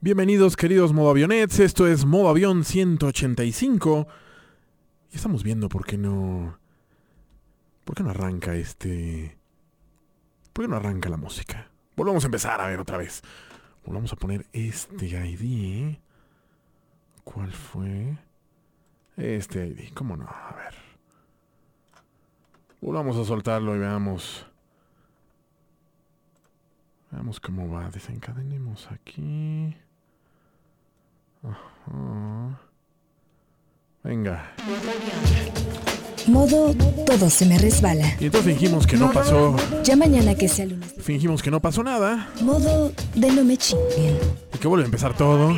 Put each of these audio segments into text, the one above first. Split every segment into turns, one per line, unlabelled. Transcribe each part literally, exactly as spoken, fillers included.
Bienvenidos, queridos Modo Avionets, esto es Modo Avión ciento ochenta y cinco. Y estamos viendo por qué no... ¿Por qué no arranca este... ¿Por qué no arranca la música? Volvamos a empezar a ver otra vez. Volvamos a poner este I D. ¿Cuál fue? Este I D, ¿cómo no? A ver. Volvamos a soltarlo y veamos... Veamos cómo va. Desencadenemos aquí. Ajá. Venga.
Modo todo se me resbala.
Y entonces fingimos que no pasó.
Ya mañana que sea lunes.
Fingimos que no pasó nada.
Modo de no me chinguen.
Y que vuelve a empezar todo.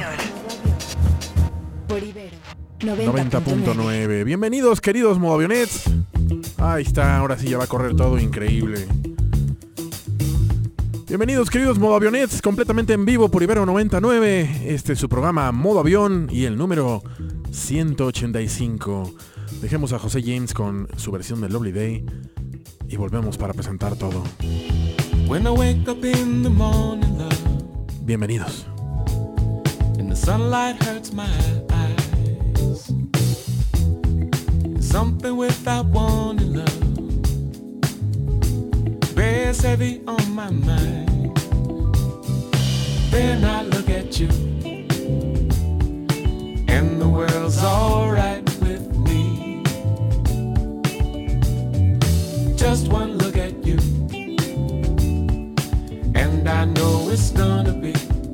Por Ibero
noventa punto nueve. Bienvenidos, queridos Modo Avionets. Ahí está, ahora sí ya va a correr todo increíble. Bienvenidos, queridos Modo Avionets, completamente en vivo por Ibero noventa punto nueve. Este es su programa Modo Avión y el número ciento ochenta y cinco. Dejemos a José James con su versión de Lovely Day y volvemos para presentar todo.
When I wake up in the morning, love,
Bienvenidos.
and the sunlight hurts my eyes. Something without warning, love, bears heavy on my mind. Then I look at you, and the world's alright with me. Just one look at you, and I know it's gonna be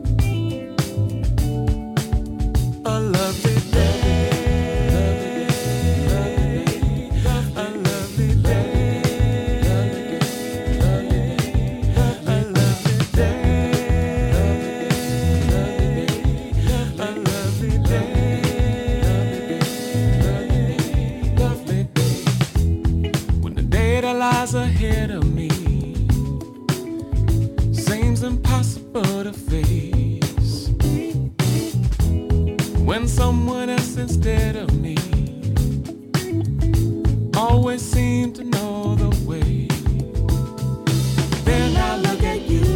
a lovely day. Ahead of me seems impossible to face when someone else instead of me always seems to know the way. Then I look at you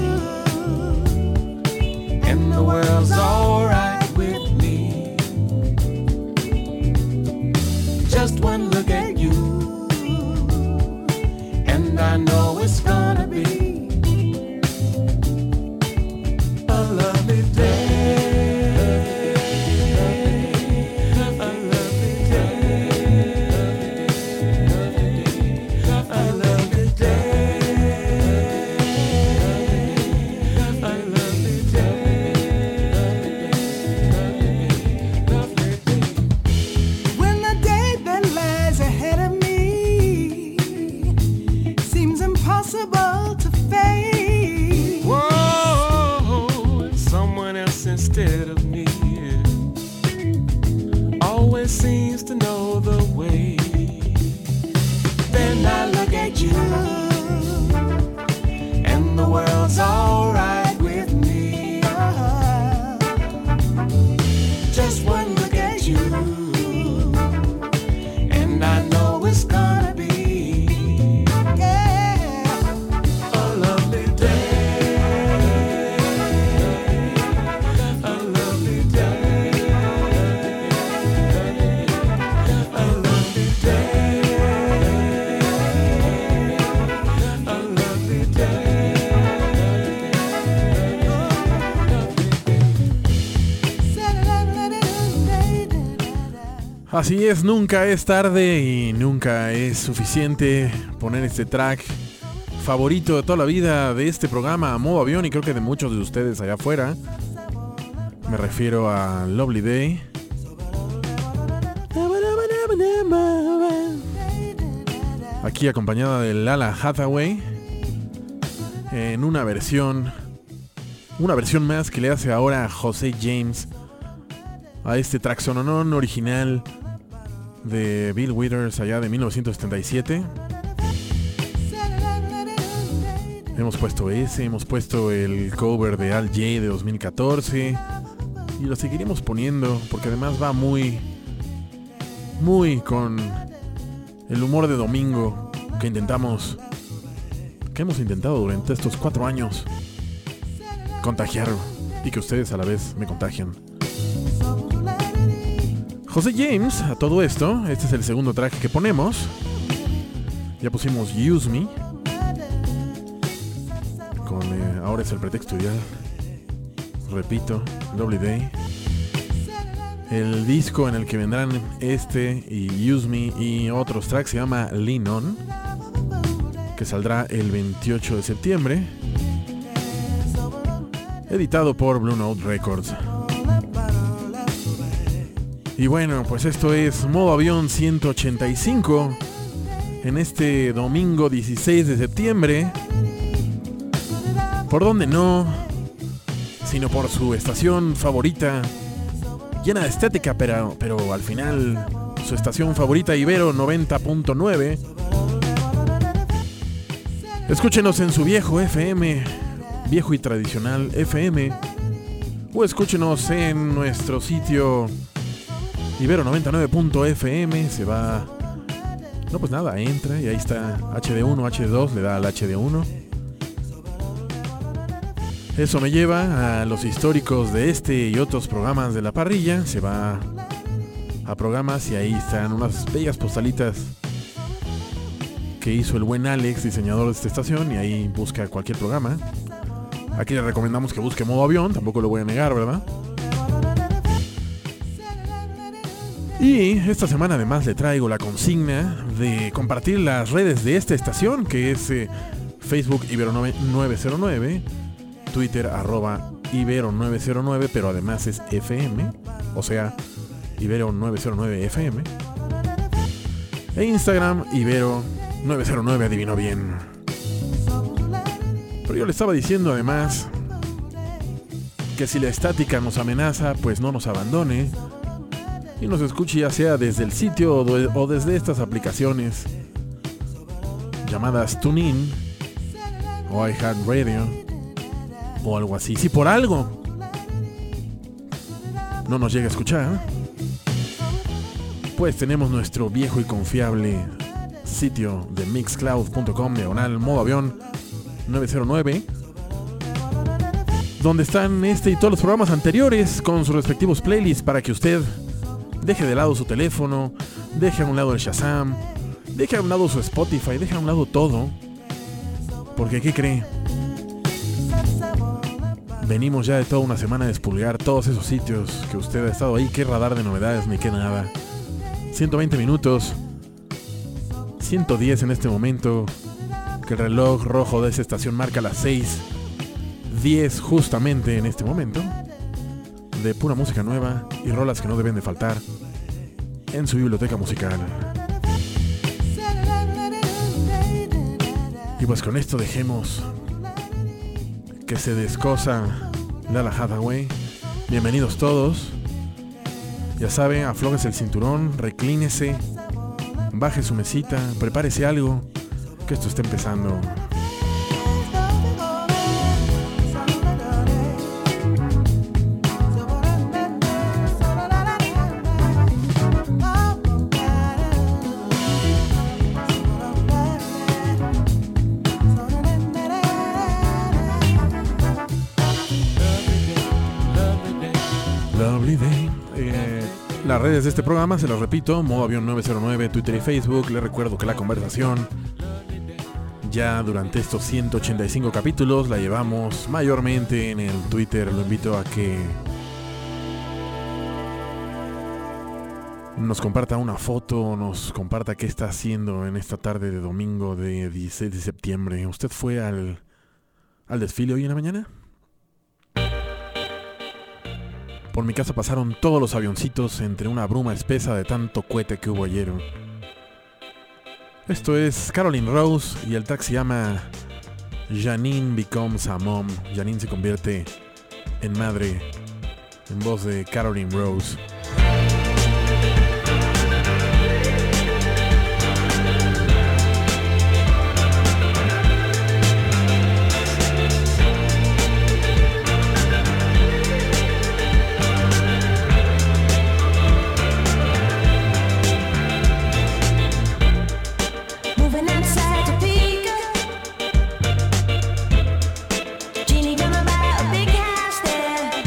and the world's alright with me. Just one look at you, I know it's gonna be a lovely day, a lovely day, a lovely day, a lovely day, lovely day. When the day that lies ahead of me impossible to face. Whoa, someone else instead of me always seems to know the way. Then I look at you, and the world's alright with me. Just one look at you, and I know it's gonna be
Así es, nunca es tarde y nunca es suficiente poner este track favorito de toda la vida de este programa Modo Avión y creo que de muchos de ustedes allá afuera. Me refiero a Lovely Day. Aquí acompañada de Lala Hathaway en una versión, una versión más que le hace ahora José James a este track sononón original de Bill Withers allá de mil novecientos setenta y siete. Hemos puesto ese, hemos puesto el cover de Al J de dos mil catorce y lo seguiremos poniendo porque además va muy, muy con el humor de domingo que intentamos, que hemos intentado durante estos cuatro años contagiar y que ustedes a la vez me contagian. José James, a todo esto, este es el segundo track que ponemos. Ya pusimos Use Me. Con, eh, ahora es el pretexto ya. Repito, Lovely Day. El disco en el que vendrán este y Use Me y otros tracks se llama Lean On, que saldrá el veintiocho de septiembre, editado por Blue Note Records. Y bueno, pues esto es Modo Avión ciento ochenta y cinco en este domingo dieciséis de septiembre. ¿Por dónde no? Sino por su estación favorita, llena de estética, pero, pero al final su estación favorita, Ibero noventa punto nueve. Escúchenos en su viejo F M, viejo y tradicional F M, o escúchenos en nuestro sitio Ibero noventa y nueve punto F M. Se va... No, pues nada, entra y ahí está H D uno, H D dos, le da al H D uno. Eso me lleva a los históricos de este y otros programas de la parrilla. Se va a programas y ahí están unas bellas postalitas que hizo el buen Alex, diseñador de esta estación, y ahí busca cualquier programa. Aquí le recomendamos que busque Modo Avión, tampoco lo voy a negar, ¿verdad? Y esta semana además le traigo la consigna de compartir las redes de esta estación, que es eh, Facebook Ibero nueve cero nueve, Twitter arroba Ibero nueve cero nueve, pero además es F M, o sea, Ibero nueve cero nueve F M, e Instagram Ibero nueve cero nueve, adivinó bien. Pero yo le estaba diciendo además que si la estática nos amenaza, pues no nos abandone y nos escuche, ya sea desde el sitio o, de, o desde estas aplicaciones llamadas TuneIn o iHeartRadio o algo así. Si por algo no nos llega a escuchar, pues tenemos nuestro viejo y confiable sitio de mixcloud punto com diagonal Modo Avión nueve cero nueve, donde están este y todos los programas anteriores con sus respectivos playlists para que usted deje de lado su teléfono, deje a un lado el Shazam, deje a un lado su Spotify, deje a un lado todo, porque ¿qué cree? Venimos ya de toda una semana de expulgar todos esos sitios que usted ha estado ahí. Qué radar de novedades, ni qué nada. ciento veinte minutos, ciento diez en este momento, que el reloj rojo de esa estación marca las seis diez justamente en este momento, de pura música nueva y rolas que no deben de faltar en su biblioteca musical. Y pues con esto dejemos que se descosa Lala Hathaway. Bienvenidos todos. Ya saben, aflójese el cinturón, reclínese, baje su mesita, prepárese algo, que esto está empezando. Lovely Day. Eh, las redes de este programa, se las repito, Modo Avión nueve cero nueve, Twitter y Facebook. Les recuerdo que la conversación ya durante estos ciento ochenta y cinco capítulos la llevamos mayormente en el Twitter. Lo invito a que nos comparta una foto, nos comparta qué está haciendo en esta tarde de domingo de dieciséis de septiembre. ¿Usted fue al, al desfile hoy en la mañana? Por mi casa pasaron todos los avioncitos entre una bruma espesa de tanto cohete que hubo ayer. Esto es Caroline Rose y el track se llama Janine Becomes a Mom. Janine se convierte en madre, en voz de Caroline Rose.
Genie gonna buy a big house there.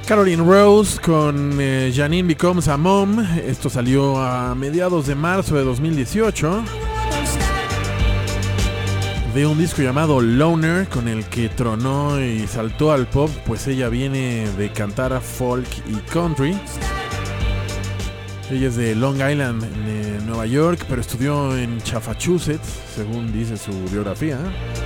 Caroline Rose con eh, Janine Becomes a Mom. Esto salió a mediados de marzo de dos mil dieciocho. De un disco llamado Loner, con el que tronó y saltó al pop, pues ella viene de cantar folk y country. Ella es de Long Island, en Nueva York, pero estudió en Massachusetts, según dice su biografía.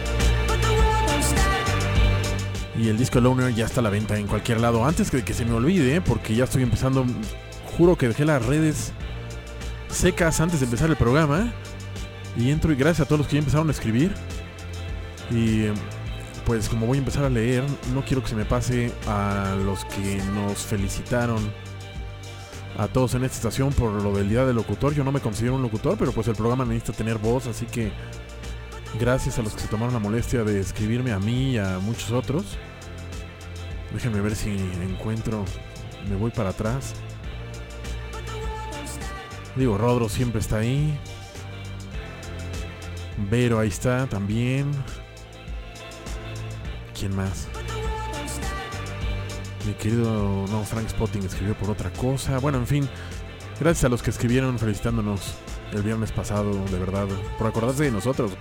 Y el disco Loner ya está a la venta en cualquier lado. Antes de que se me olvide, porque ya estoy empezando, juro que dejé las redes secas antes de empezar el programa. Y entro y gracias a todos los que ya empezaron a escribir. Y pues como voy a empezar a leer, no quiero que se me pase a los que nos felicitaron a todos en esta estación por lo del día del locutor. Yo no me considero un locutor, pero pues el programa necesita tener voz, así que gracias a los que se tomaron la molestia de escribirme a mí y a muchos otros. Déjenme ver si encuentro, me voy para atrás. Digo, Rodro siempre está ahí. Vero ahí está también. ¿Quién más? Mi querido, no, Frank Spotting escribió por otra cosa. Bueno, en fin, gracias a los que escribieron felicitándonos el viernes pasado, de verdad, por acordarse de nosotros.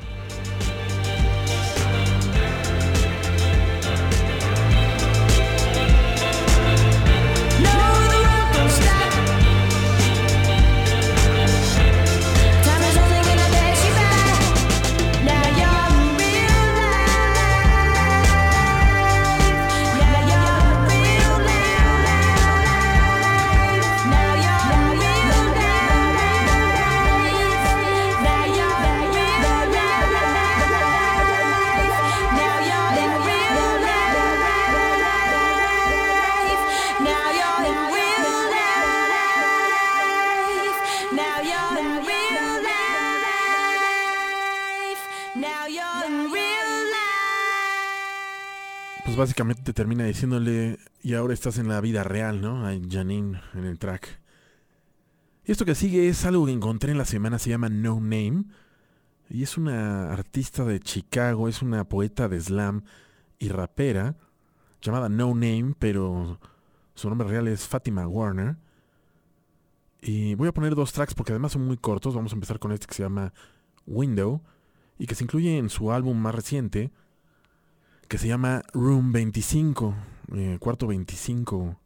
Básicamente termina diciéndole, y ahora estás en la vida real, ¿no? A Janine en el track. Y esto que sigue es algo que encontré en la semana, se llama No Name. Y es una artista de Chicago, es una poeta de slam y rapera, llamada No Name, pero su nombre real es Fatima Warner. Y voy a poner dos tracks porque además son muy cortos. Vamos a empezar con este que se llama Window, y que se incluye en su álbum más reciente, que se llama Room veinticinco, eh, cuarto veinticinco.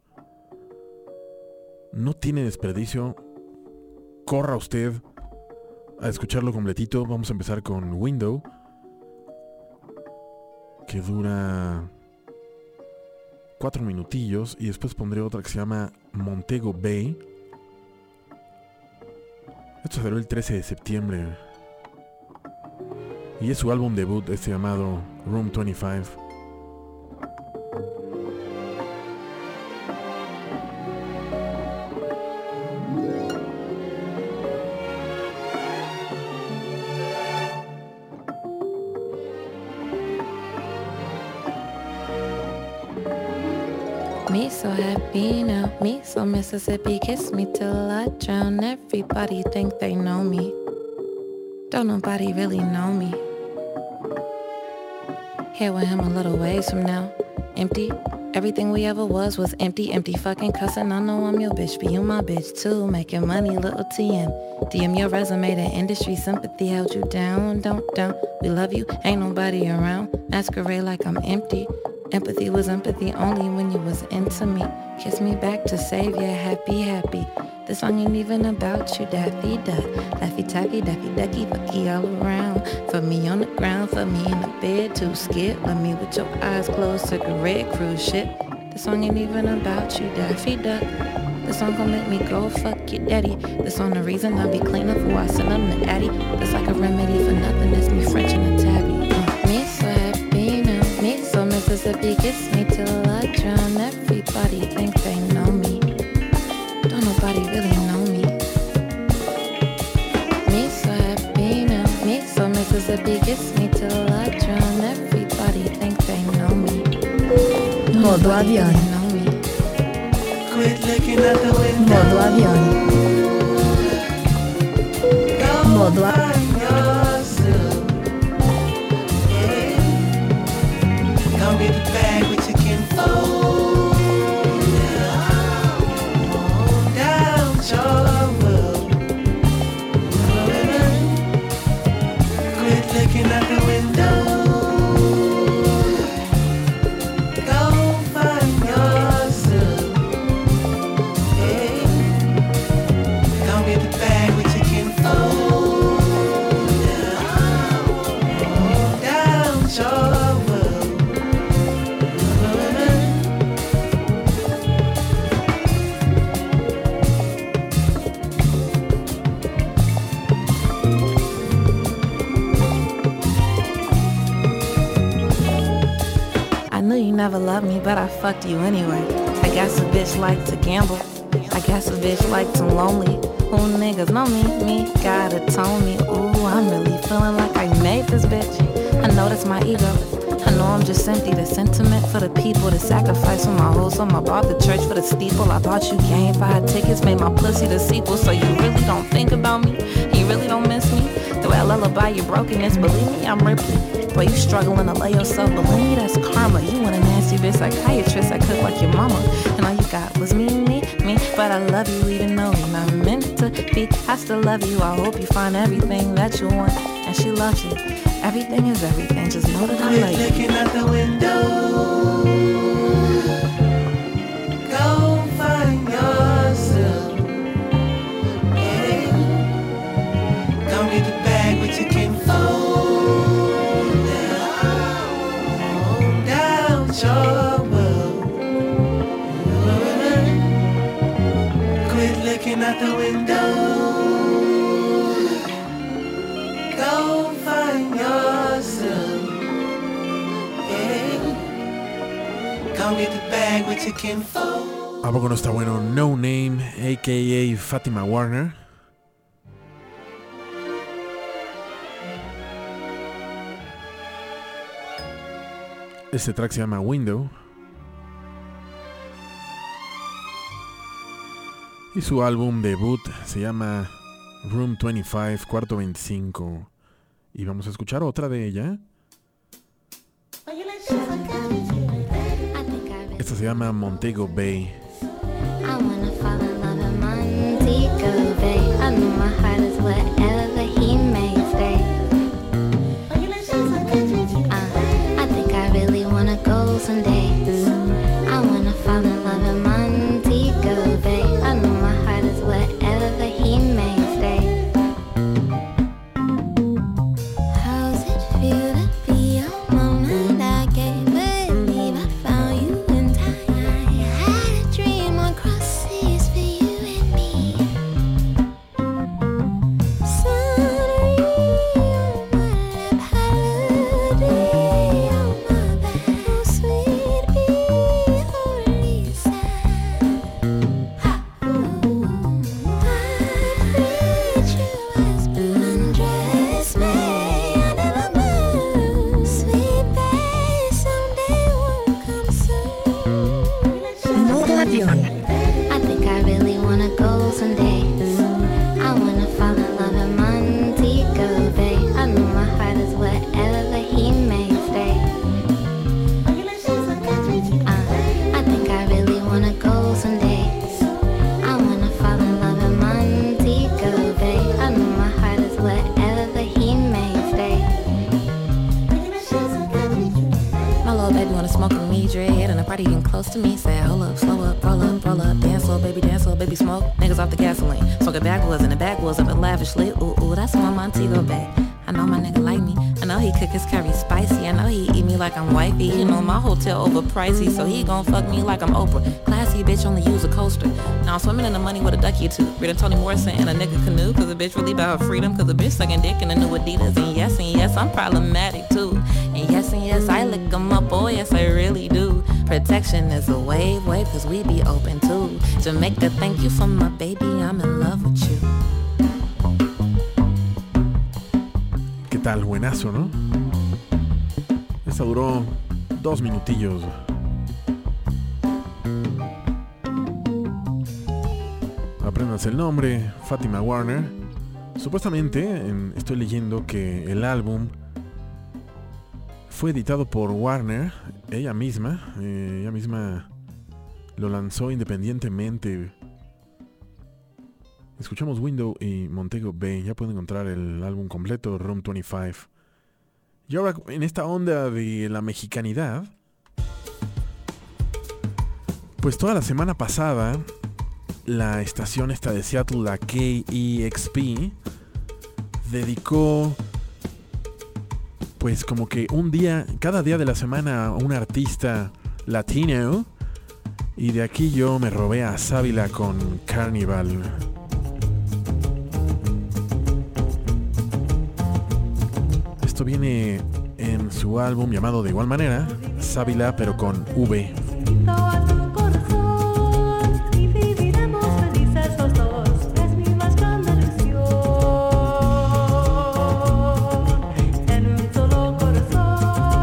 No tiene desperdicio. Corra usted a escucharlo completito. Vamos a empezar con Window, que dura cuatro minutillos, y después pondré otra que se llama Montego Bay. Esto salió el trece de septiembre. Y es su álbum debut, este llamado Room veinticinco.
Me so happy now, me so Mississippi, kiss me till I drown. Everybody think they know me, don't nobody really know me. Here with him a little ways from now, empty. Everything we ever was was empty, empty fucking cussing. I know I'm your bitch, but you my bitch too. Making money, little T M. D M your resume, the industry sympathy held you down, don't down. We love you, ain't nobody around. Masquerade like I'm empty. Empathy was empathy only when you was into me. Kiss me back to save ya, happy, happy. This song ain't even about you, Daffy Duck. Laffy Taffy, Daffy Ducky, Bucky all around. For me on the ground, for me in the bed, too scared. Love me with your eyes closed, cigarette cruise shit. This song ain't even about you, Daffy Duck. This song gon' make me go fuck your daddy. This song the reason I be cleaning for I send them to Addy. It's like a remedy for nothing, it's me French and a tabby. Uh, me so happy now, me so Mississippi, kiss me till I drown. Everybody think they know me, don't nobody really know me. Me so happy now, me so Mississippi, kiss me till I drown. Everybody think they know me, don't
Modo
nobody
avión.
really know me.
Quit looking at the window.
Modo avión.
Go
Modo a-
find yourself. Yeah. Come get the bag with your kinfolk.
never loved me, but I fucked you anyway. I guess a bitch like to gamble. I guess a bitch like to lonely. Who niggas know me? Me gotta tell me. Ooh, I'm really feeling like I made this bitch. I know that's my ego. I know I'm just empty. The sentiment for the people, the sacrifice for my wholesome. I bought the church for the steeple. I bought you game five tickets, made my pussy the sequel. So you really don't think about me? You really don't miss me? The way I lullaby your brokenness, believe me, I'm Ripley. Boy, you struggling to lay yourself, believe me, that's karma. You want a nasty bitch psychiatrist, I cook like your mama. And all you got was me, me, me. But I love you even though you're not meant to be. I still love you, I hope you find everything that you want. And she loves you, everything is everything, just know that I love you.
Looking out the window, go find yourself. Yeah. Come get the bag, but you can fold down, down your world. Quit looking out the window, go find yourself. Come get the bag with your kinfolk.
¿A poco no está bueno? No Name, a k a. Fatima Warner. Este track se llama Window. Y su álbum debut se llama Room veinticinco, Cuarto veinticinco. Y vamos a escuchar otra de ella. Esta se llama Montego Bay.
I wanna fall in love in Montego Bay. I know my heart is wherever he may stay. Uh, I think I really wanna go someday. I wanna fall in love in Montego Bay. I know my heart is wherever he may stay. How's it feel to be on my mind? I can't believe I found you in time. I had a dream across seas for you and me. Sunny on my lip, holiday on my back. Sweet bee, holy sound. Ha, ooh, I read you as blue undress me under the moon. Sweet babe, someday won't come soon.
Modo avión.
I think I really wanna go someday. I wanna fall in love in Montego Bay. I know my heart is wherever he may stay. Uh, I think I really wanna go someday. I wanna fall in love in Montego Bay. I know my heart is wherever he may stay.
My little baby wanna smoke with me, dread, and the party getting close to me. Say, hold up, slow up, roll up, roll up, dance slow, baby, dance slow, baby, smoke. Niggas off the gasoline, smoking backwards and the backwards of it lavishly. Ooh, ooh, that's my Montego Bay. I know my nigga like me. I know he cook his curry spicy. I know he eat me like I'm wifey. You know my hotel overpricey, so he gon' fuck me like I'm Oprah. Classy bitch only use a coaster. Now I'm swimming in the money with a ducky or two. Reading Toni Morrison in a nigga canoe, cause a bitch really about her freedom. Cause a bitch sucking dick in the new Adidas. And yes, and yes, I'm problematic too. And yes, and yes, I lick them up. Oh yes, I really do. Protection is a wave, wave, cause we be open too. Jamaica, thank you for my baby. I'm in love with you.
¿Qué tal? Buenazo, ¿no? Esta duró dos minutillos. Apréndanse el nombre, Fatima Warner. Supuestamente, en- estoy leyendo que el álbum fue editado por Warner, ella misma, eh, ella misma lo lanzó independientemente. Escuchamos Window y Montego Bay. Ya pueden encontrar el álbum completo, Room veinticinco. Y ahora, en esta onda de la mexicanidad, pues toda la semana pasada, la estación esta de Seattle, la K E X P, dedicó pues como que un día, cada día de la semana, a un artista latino. Y de aquí yo me robé a Sábila con Carnival. Esto viene en su álbum llamado de igual manera, Sábila, pero con V.
A tu corazón y viviremos felices los dos. Es mi más grande ilusión. En un solo corazón.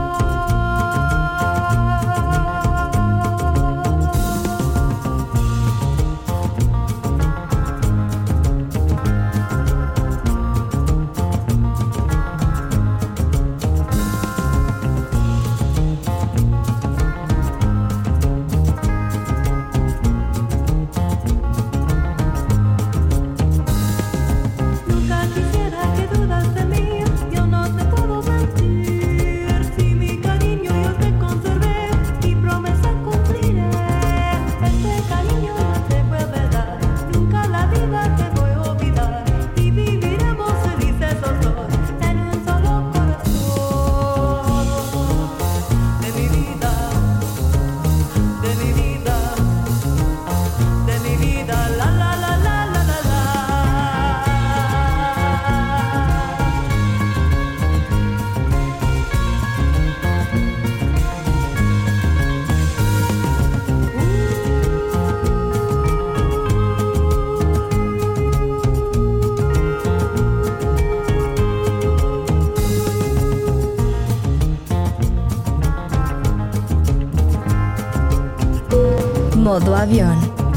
Nunca quisiera que dudas de mí, yo no te puedo mentir. Si mi cariño yo te conservé, mi promesa cumpliré. Este cariño no te puede dar, nunca la vida te voy a olvidar. Y viviremos felices los dos en un solo corazón. De mi vida, de mi vida, de mi vida, la la la la la la la.
Modo avión.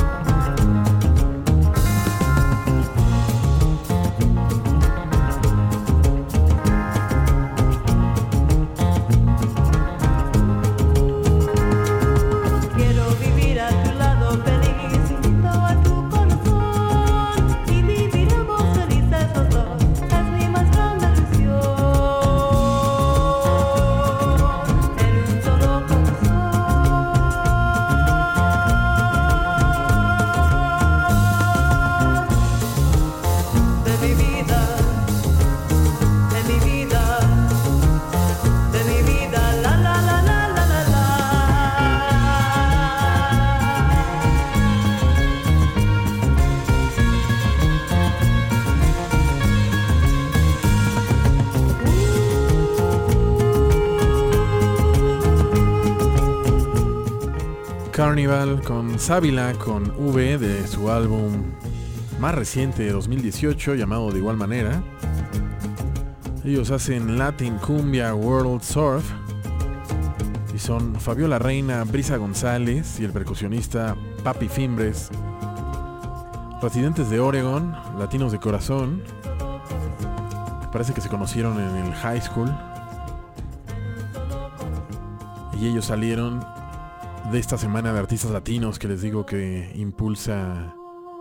Quiero vivir a tu lado feliz, invito a tu corazón y viviremos felices los dos. Es mi más grande ilusión. En un solo corazón. De mi vida, de mi vida, de mi vida, la la la la la la la.
Carnival con Sábila con V de su álbum más reciente de dos mil dieciocho llamado de igual manera. Ellos hacen Latin Cumbia World Surf y son Fabiola Reina, Brisa González y el percusionista Papi Fimbres, residentes de Oregon, latinos de corazón. Parece que se conocieron en el high school y ellos salieron de esta semana de artistas latinos que les digo que impulsa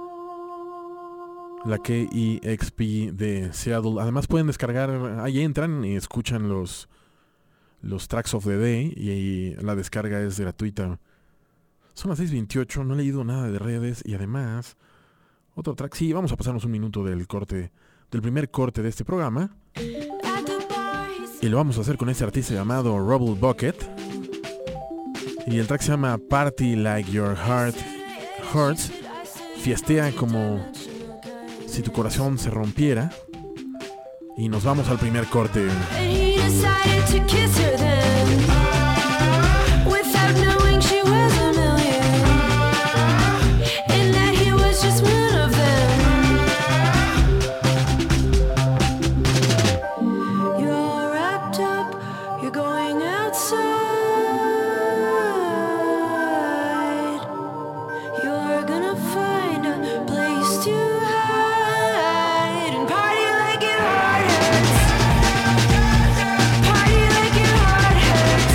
la K E X P de Seattle. Además pueden descargar, ahí entran y escuchan los los tracks of the day y, y la descarga es gratuita. Son las seis veintiocho, no he leído nada de redes y además otro track, sí, vamos a pasarnos un minuto del corte, del primer corte de este programa y lo vamos a hacer con este artista llamado Rubble Bucket y el track se llama Party Like Your Heart Hurts. Fiestea como si tu corazón se rompiera. Y nos vamos al primer corte.
Party like your heart hurts.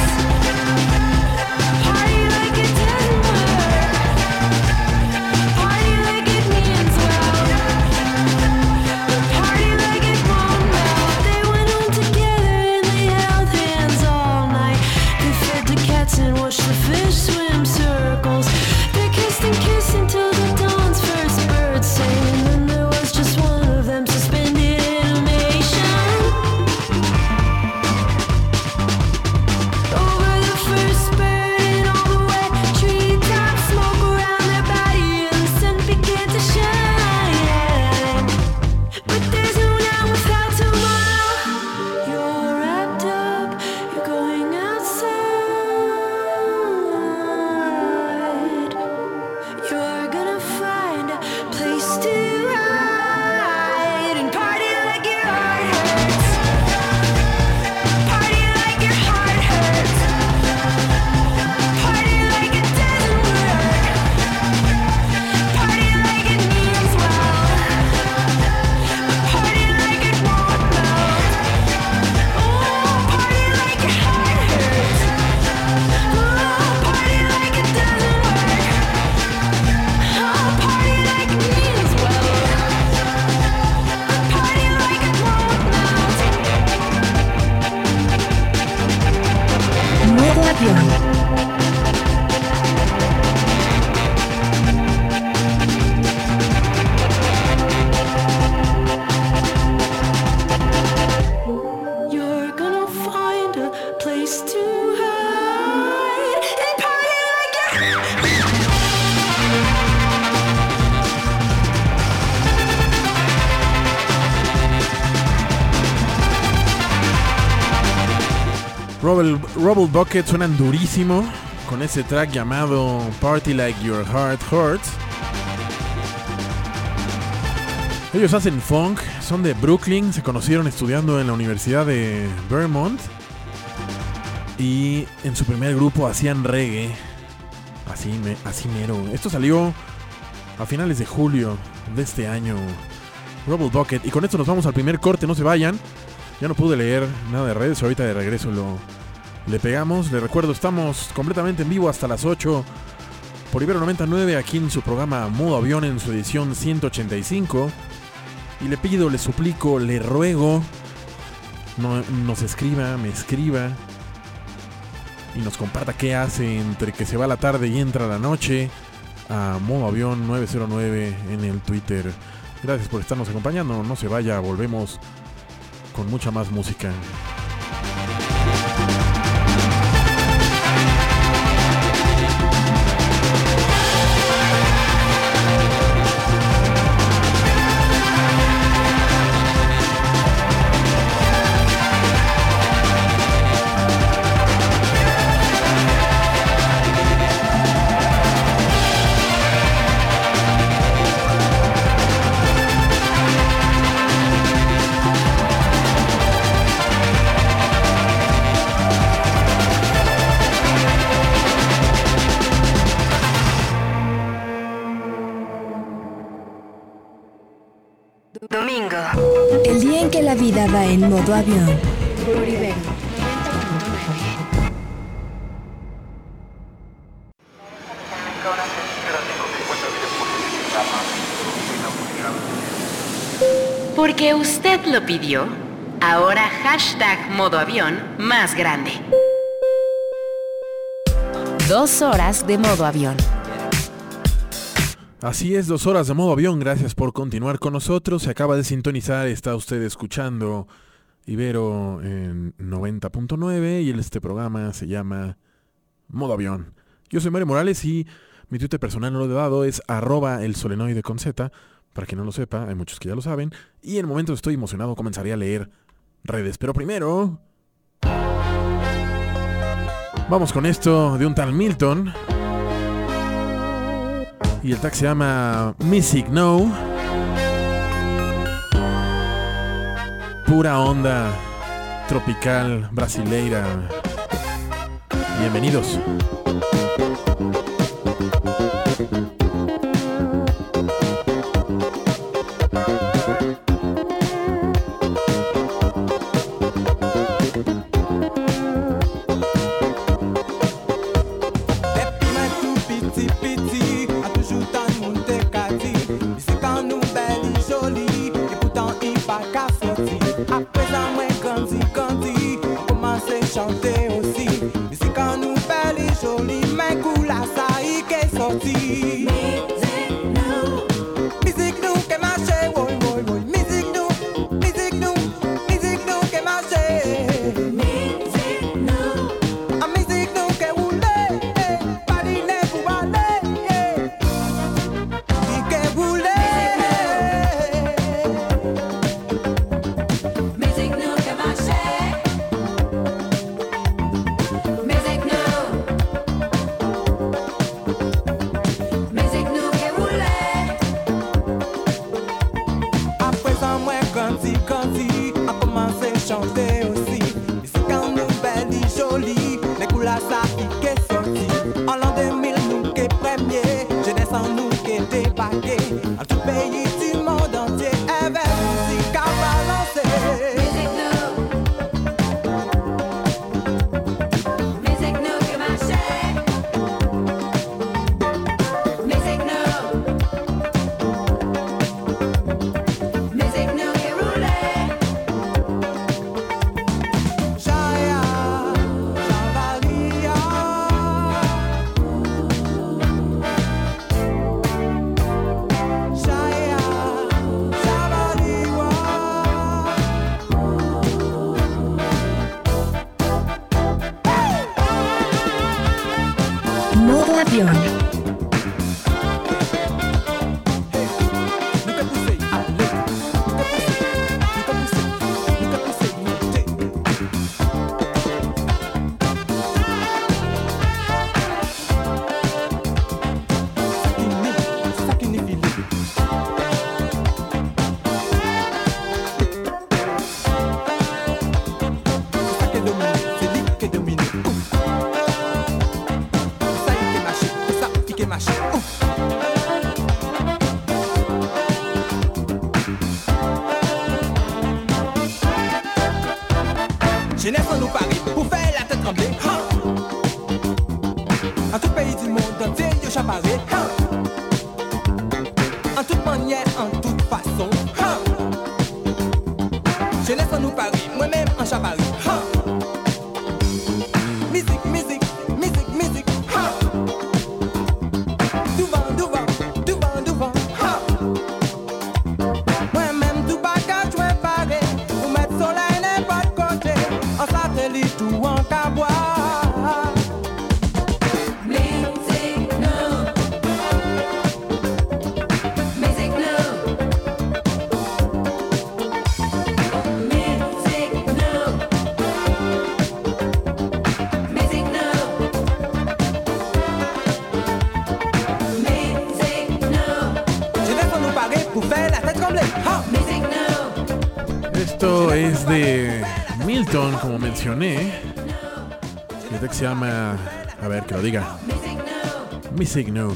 Rubble, Rubble Bucket suenan durísimo con ese track llamado Party Like Your Heart Hurts. Ellos hacen funk, son de Brooklyn, se conocieron estudiando en la Universidad de Vermont y en su primer grupo hacían reggae, así, me, así mero. Esto salió a finales de julio de este año, Rubble Bucket, y con esto nos vamos al primer corte, no se vayan. Ya no pude leer nada de redes, ahorita de regreso lo le pegamos. Les recuerdo, estamos completamente en vivo hasta las ocho por Ibero noventa y nueve, aquí en su programa Modo Avión en su edición ciento ochenta y cinco. Y le pido, le suplico, le ruego, no, nos escriba, me escriba y nos comparta qué hace entre que se va la tarde y entra la noche a Modo Avión nueve cero nueve en el Twitter. Gracias por estarnos acompañando, no se vaya, volvemos con mucha más música.
Domingo. El día en que la vida va en modo avión. Por Ibero.
Porque usted lo pidió, ahora hashtag modo avión más grande.
Dos horas de modo avión.
Así es, dos horas de Modo Avión, gracias por continuar con nosotros. Se acaba de sintonizar, está usted escuchando Ibero en noventa punto nueve y este programa se llama Modo Avión. Yo soy Mario Morales y mi Twitter personal no lo he dado, es arroba el solenoide con Z, para quien no lo sepa, hay muchos que ya lo saben. Y en el momento estoy emocionado, comenzaré a leer redes, pero primero vamos con esto de un tal Milton. Y el track se llama Music No. Pura onda tropical brasileira. Bienvenidos.
Chanter aussi, musique en nous belle et jolie, mais cool à ça y qu'est sorti. Musique nous, musique nous qu'est marché, oui oui oui. Musique nous, musique nous, musique nous qu'est marché. Musique nous, ah musique nous qu'est roulé, pas dîner pour aller, qui qu'est roulé. Musique nous qu'est marché. Chanter aussi, musique en nous belle et jolie, les couleurs ça qui est sorti. En l'an deux mille nous qui est premier, jeunesse en nous qui est débarqué. En tout pays du monde entier, et vers musique à balancer. Musique nous, musique nous qui marchait. Musique nous, musique nous qui roulait.
Modo avión.
En toute manière, en toute façon. Ha! Jeunesse en nous Paris, moi-même en Chabari. Ha! Musique, musique, musique, musique. Ha! Du vent, du vent, du vent, du vent. Ha! Moi-même tout bagage, moi paré. Pour mettre soleil n'importe côté. En satellite ou en cabois.
Esto es de Milton, como mencioné. El que se llama, a ver que lo diga, Music Nook.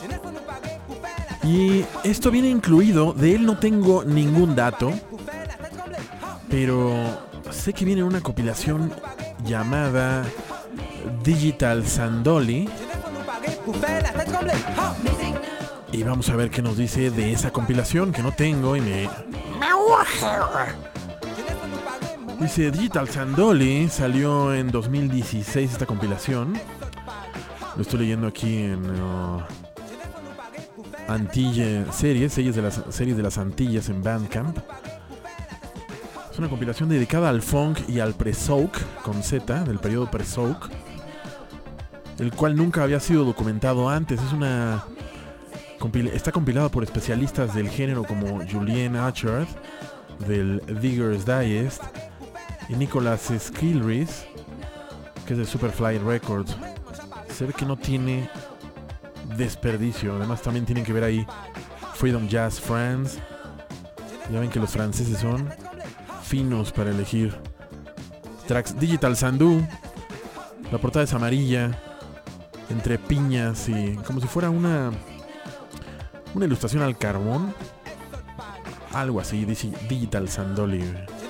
Y esto viene incluido, de él no tengo ningún dato, pero sé que viene una compilación llamada Digital Sandoli. Y vamos a ver qué nos dice de esa compilación que no tengo y me... Dice Digital Sandoli, salió en dos mil dieciséis esta compilación. Lo estoy leyendo aquí en uh, Antille Series, series de las series de las Antillas en Bandcamp. Es una compilación dedicada al funk y al pre-souk con Z, del periodo pre-souk, el cual nunca había sido documentado antes. Es una compil- está compilada por especialistas del género como Julien Achard del Digger's Digest y Nicholas Skilris, que es de Superfly Records. Se ve que no tiene desperdicio. Además también tienen que ver ahí Freedom Jazz France. Ya ven que los franceses son finos para elegir tracks. Digital Sandu. La portada es amarilla, entre piñas y como si fuera una una ilustración al carbón. Algo así, dice Digital Sandoli.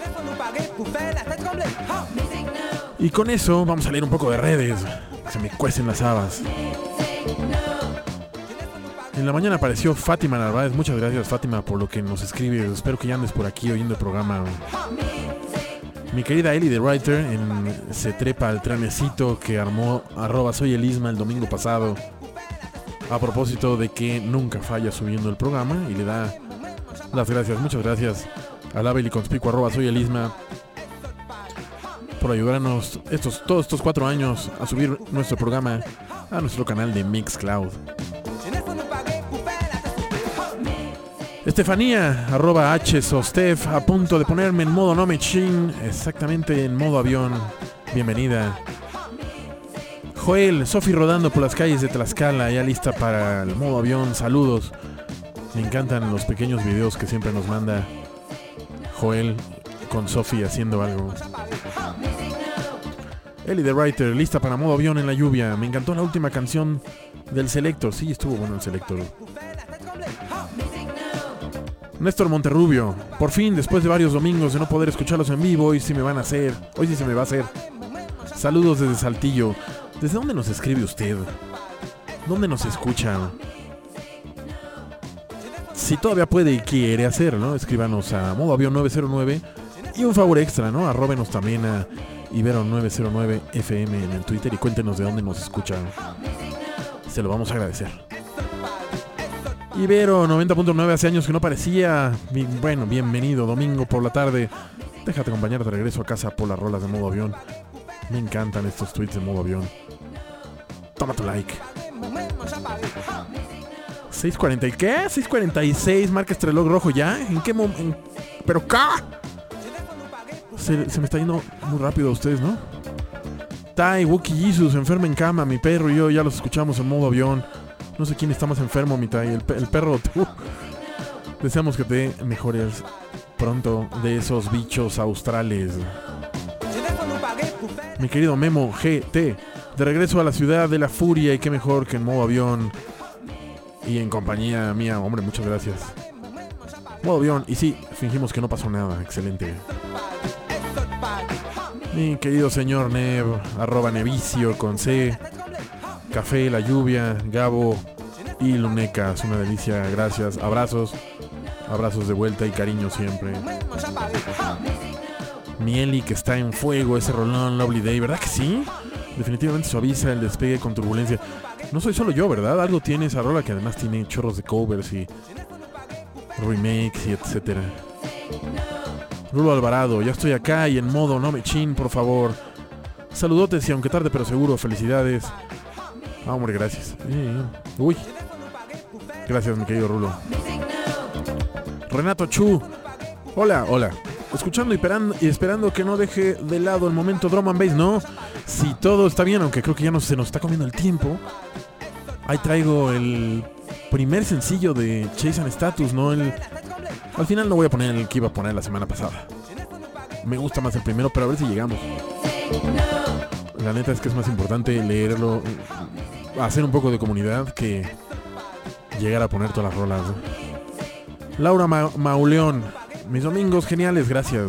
Y con eso vamos a leer un poco de redes. Se me cuecen las habas. En la mañana apareció Fátima Narváez. Muchas gracias, Fátima, por lo que nos escribe. Espero que ya andes por aquí oyendo el programa. Mi querida Ellie the Writer en, se trepa al tranecito que armó arroba soy el Isma el domingo pasado, a propósito de que nunca falla subiendo el programa, y le da las gracias, muchas gracias a la Beli Conspicuo arroba soy el Isma por ayudarnos estos, todos estos cuatro años a subir nuestro programa a nuestro canal de Mixcloud. Estefanía, arroba H Sostef, a punto de ponerme en modo no machine, exactamente en modo avión. Bienvenida. Joel, Sofi rodando por las calles de Tlaxcala, ya lista para el modo avión. Saludos. Me encantan los pequeños videos que siempre nos manda Joel con Sofi haciendo algo. Ellie the Writer, lista para modo avión en la lluvia. Me encantó la última canción del Selector. Sí, estuvo bueno el Selector. Néstor Monterrubio, por fin, después de varios domingos de no poder escucharlos en vivo, hoy sí me van a hacer, hoy sí se me va a hacer. Saludos desde Saltillo. ¿Desde dónde nos escribe usted? ¿Dónde nos escucha? Si todavía puede y quiere hacerlo, escríbanos a modo avión nueve cero nueve y un favor extra, ¿no? Arróbenos también a Ibero nueve cero nueve F M en el Twitter y cuéntenos de dónde nos escuchan. Se lo vamos a agradecer. Ibero noventa punto nueve, hace años que no aparecía. Bueno, bienvenido, domingo por la tarde. Déjate acompañar de regreso a casa por las rolas de modo avión. Me encantan estos tweets de modo avión. Toma tu like. seis cuarenta y ¿qué? seis cuarenta y seis, marca este reloj rojo ya. ¿En qué momento? ¿Pero qué? Se, se me está yendo muy rápido a ustedes, ¿no? Tai, Wookie Jesus, enferma en cama. Mi perro y yo ya los escuchamos en modo avión. No sé quién está más enfermo, mi Tai, el, el perro o tú. Deseamos que te mejores pronto de esos bichos australes. Mi querido Memo G T, de regreso a la ciudad de la furia, y qué mejor que en modo avión y en compañía mía. Hombre, muchas gracias. Modo avión, y sí, fingimos que no pasó nada. Excelente. Mi querido señor Nev, arroba Nevicio con C, Café, La Lluvia, Gabo y Lunecas, una delicia, gracias, abrazos, abrazos de vuelta y cariño siempre. Mieli, que está en fuego, ese rolón Lovely Day, ¿verdad que sí? Definitivamente suaviza el despegue con turbulencia. No soy solo yo, ¿verdad? Algo tiene esa rola que además tiene chorros de covers y remakes y etcétera. Rulo Alvarado, ya estoy acá y en modo no me chin, por favor. Saludotes y aunque tarde pero seguro, felicidades. Ah, hombre, gracias. Uy. Gracias, mi querido Rulo. Renato Chu. Hola, hola. Escuchando y esperando, y esperando que no deje de lado el momento drum and bass, ¿no? Si todo está bien, aunque creo que ya no se nos está comiendo el tiempo. Ahí traigo el primer sencillo de Chase and Status, ¿no? El, al final no voy a poner el que iba a poner la semana pasada. Me gusta más el primero, pero a ver si llegamos. La neta es que es más importante leerlo, hacer un poco de comunidad que llegar a poner todas las rolas, ¿no? Laura Ma- Mauleón, mis domingos geniales, gracias.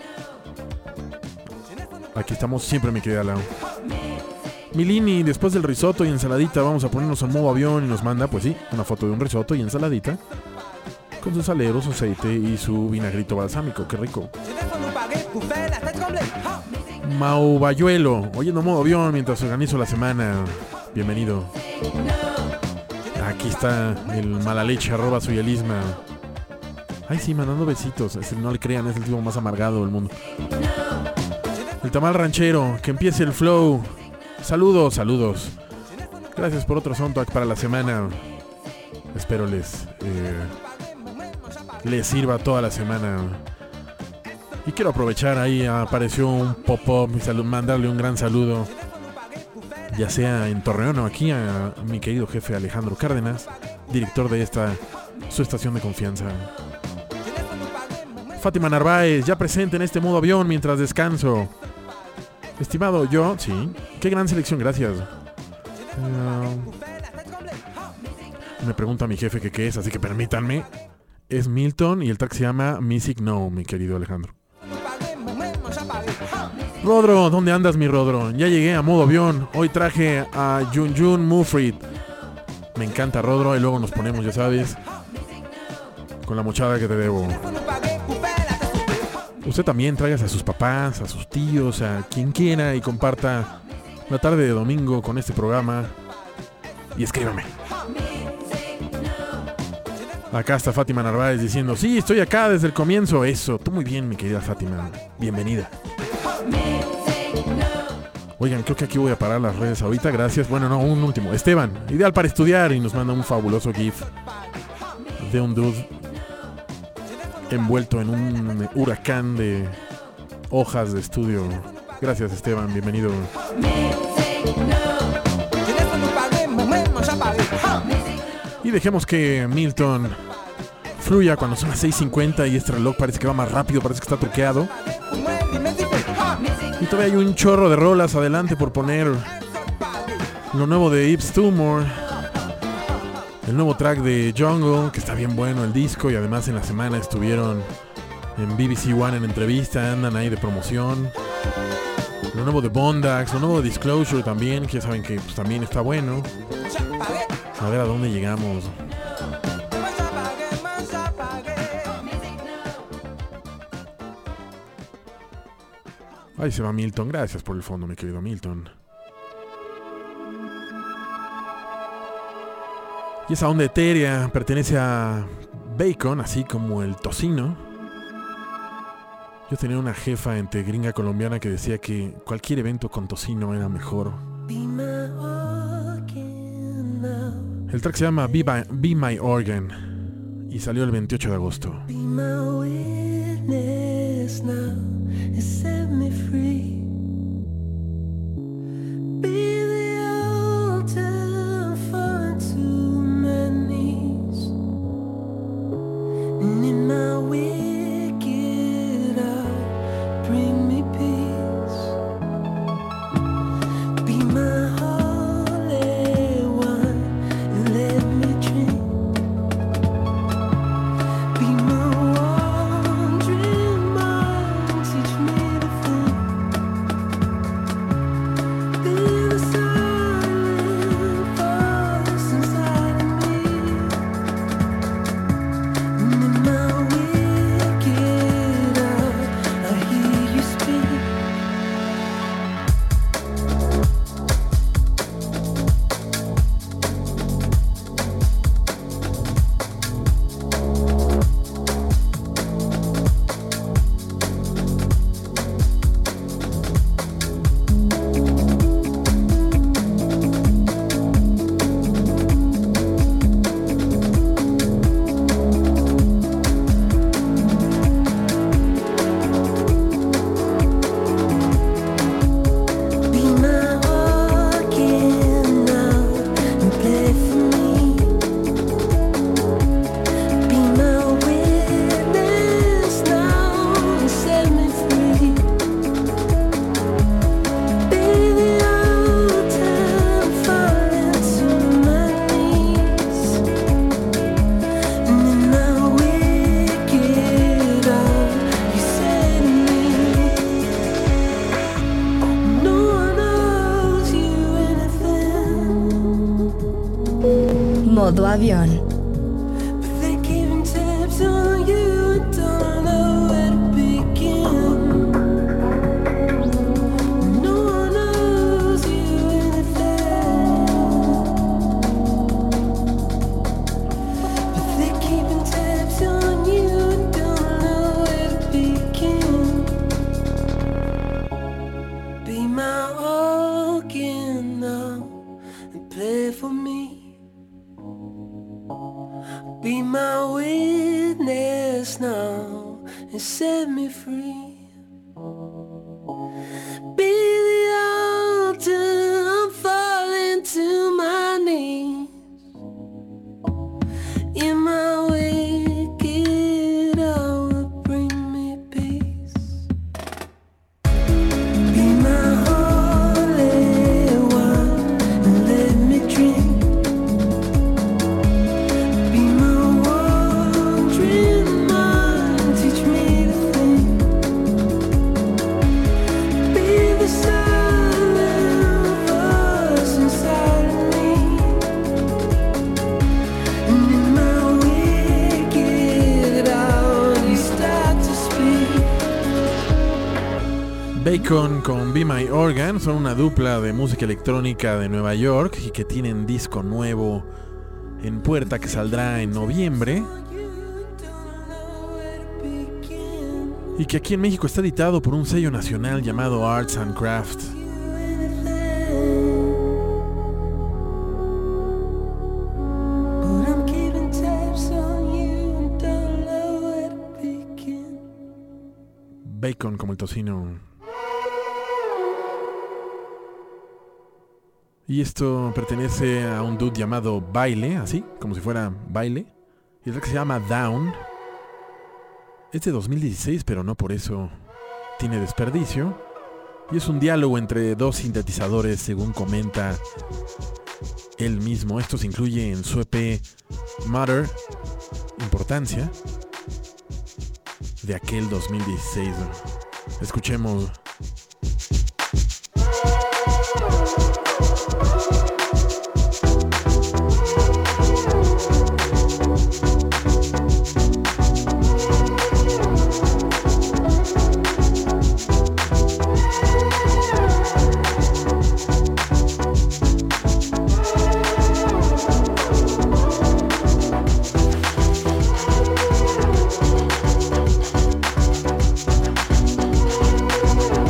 Aquí estamos siempre, mi querida Lau. Milini, después del risotto y ensaladita vamos a ponernos en modo avión y nos manda, pues sí, una foto de un risotto y ensaladita con sus aleros, su aceite y su vinagrito balsámico, qué rico. Mau Bayuelo, oyendo modo avión mientras organizo la semana. Bienvenido. Aquí está el mala leche, arroba su yelisma. Ay, sí, mandando besitos. Es el, no le crean, es el tipo más amargado del mundo. El tamal ranchero, que empiece el flow. Saludos, saludos. Gracias por otro soundtrack para la semana. Espero les eh, les sirva toda la semana. Y quiero aprovechar, ahí apareció un pop-up y salud, mandarle un gran saludo, ya sea en Torreón o aquí, a, a mi querido jefe Alejandro Cárdenas, director de esta, su estación de confianza. Fátima Narváez, ya presente en este modo avión mientras descanso. Estimado yo, sí, qué gran selección, gracias. Uh, me pregunta mi jefe que qué es, así que permítanme. Es Milton y el track se llama Music No, mi querido Alejandro. Rodro, ¿dónde andas, mi Rodro? Ya llegué a modo avión. Hoy traje a Jun Jun Mufrid. Me encanta, Rodro, y luego nos ponemos, ya sabes, con la mochada que te debo. Usted también tráigase a sus papás, a sus tíos, a quien quiera y comparta la tarde de domingo con este programa. Y escríbame. Acá está Fátima Narváez diciendo, sí, estoy acá desde el comienzo. Eso, tú muy bien, mi querida Fátima. Bienvenida. Oigan, creo que aquí voy a parar las redes ahorita, gracias. Bueno, no, un último. Esteban, ideal para estudiar, y nos manda un fabuloso GIF de un dude envuelto en un huracán de hojas de estudio. Gracias, Esteban, bienvenido. Y dejemos que Milton fluya cuando son las seis cincuenta y este reloj parece que va más rápido, parece que está truqueado. Y todavía hay un chorro de rolas adelante por poner. Lo nuevo de Yves Tumor, el nuevo track de Jungle, que está bien bueno el disco, y además en la semana estuvieron en B B C One en entrevista, andan ahí de promoción. Lo nuevo de Bondax, lo nuevo de Disclosure también, que ya saben que pues, también está bueno. A ver a dónde llegamos. Ahí se va Milton, gracias por el fondo, mi querido Milton. Y esa onda etérea pertenece a Bacon, así como el tocino. Yo tenía una jefa entre gringa colombiana que decía que cualquier evento con tocino era mejor. El track se llama Be My, Be My Organ y salió el veintiocho de agosto.
Be my witness now and set me free. Be the altar for two men knees, and in my wicked heart bring me peace. Be my holy one and let me drink. Be my wandering mind, teach me to think. Be the silent voice inside of me.
Modo avión.
But they keeping tabs on you and don't know where to begin. No one knows you anything. But they keeping tabs on you and don't know where to begin. Be my organ now and play for me. Be my witness now and set me free. Be the altar, I'm falling to my knees. In my wicked hour, bring me peace. Be my holy one and let me drink. Be my wandering mind, teach me to think. Be the silent voice inside of me. And in my wicked hour, you start to speak.
Bacon con Be My Organ son una dupla de música electrónica de Nueva York y que tienen disco nuevo en puerta que saldrá en noviembre y que aquí en México está editado por un sello nacional llamado Arts and Craft.
But I'm keeping tabs on you and don't know where to begin.
Bacon como el tocino. Y esto pertenece a un dude llamado Baile, así, como si fuera Baile. Y el track se llama Down. Es de dos mil dieciséis, pero no por eso tiene desperdicio. Y es un diálogo entre dos sintetizadores, según comenta él mismo. Esto se incluye en su E P Matter, Importancia, de aquel dos mil dieciséis. Escuchemos.
Be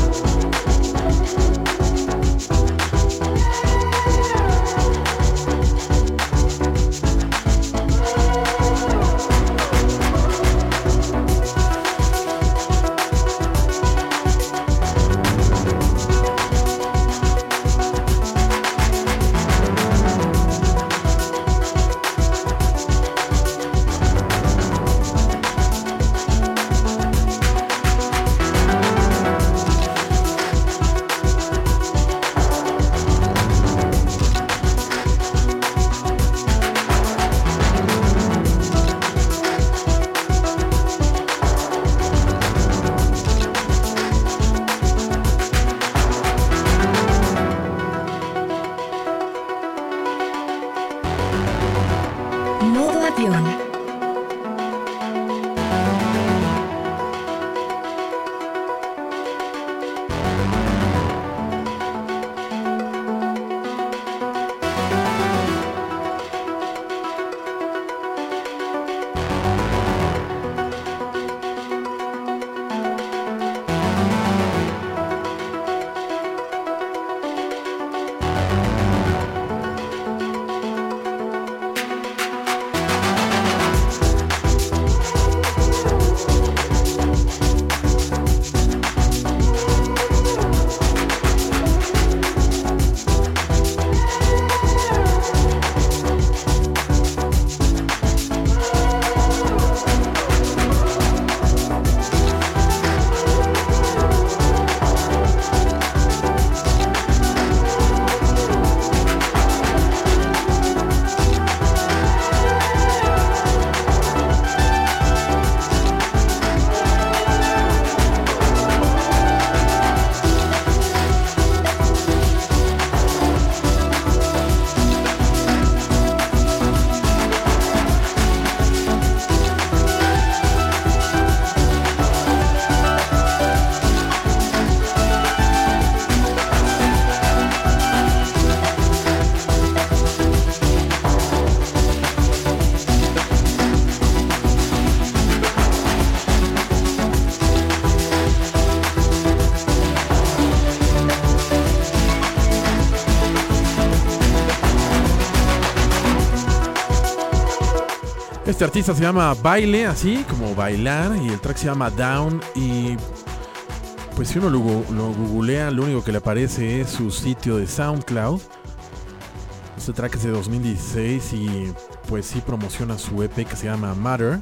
Este artista se llama Baile, así como bailar, y el track se llama Down. Y pues si uno lo, lo googlea, lo único que le aparece es su sitio de SoundCloud. Este track es de dos mil dieciséis y pues sí promociona su E P que se llama Matter.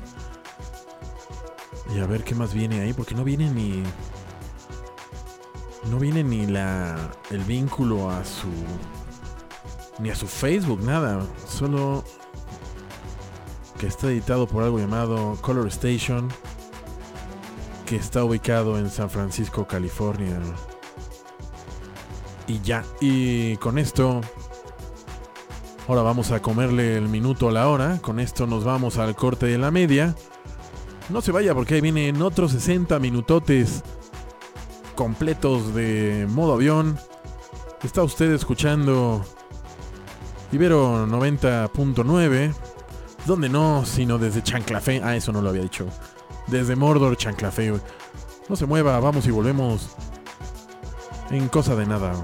Y a ver qué más viene ahí, porque no viene ni... No viene ni la el vínculo a su... Ni a su Facebook, nada. Solo que está editado por algo llamado Color Station, que está ubicado en San Francisco, California. Y ya. Y con esto... Ahora vamos a comerle el minuto a la hora. Con esto nos vamos al corte de la media. No se vaya porque ahí vienen otros sesenta minutotes completos de modo avión. Está usted escuchando Ibero noventa punto nueve. Donde no, sino desde Chanclafé. Ah, eso no lo había dicho. Desde Mordor, Chanclafé. No se mueva, vamos y volvemos en cosa de nada.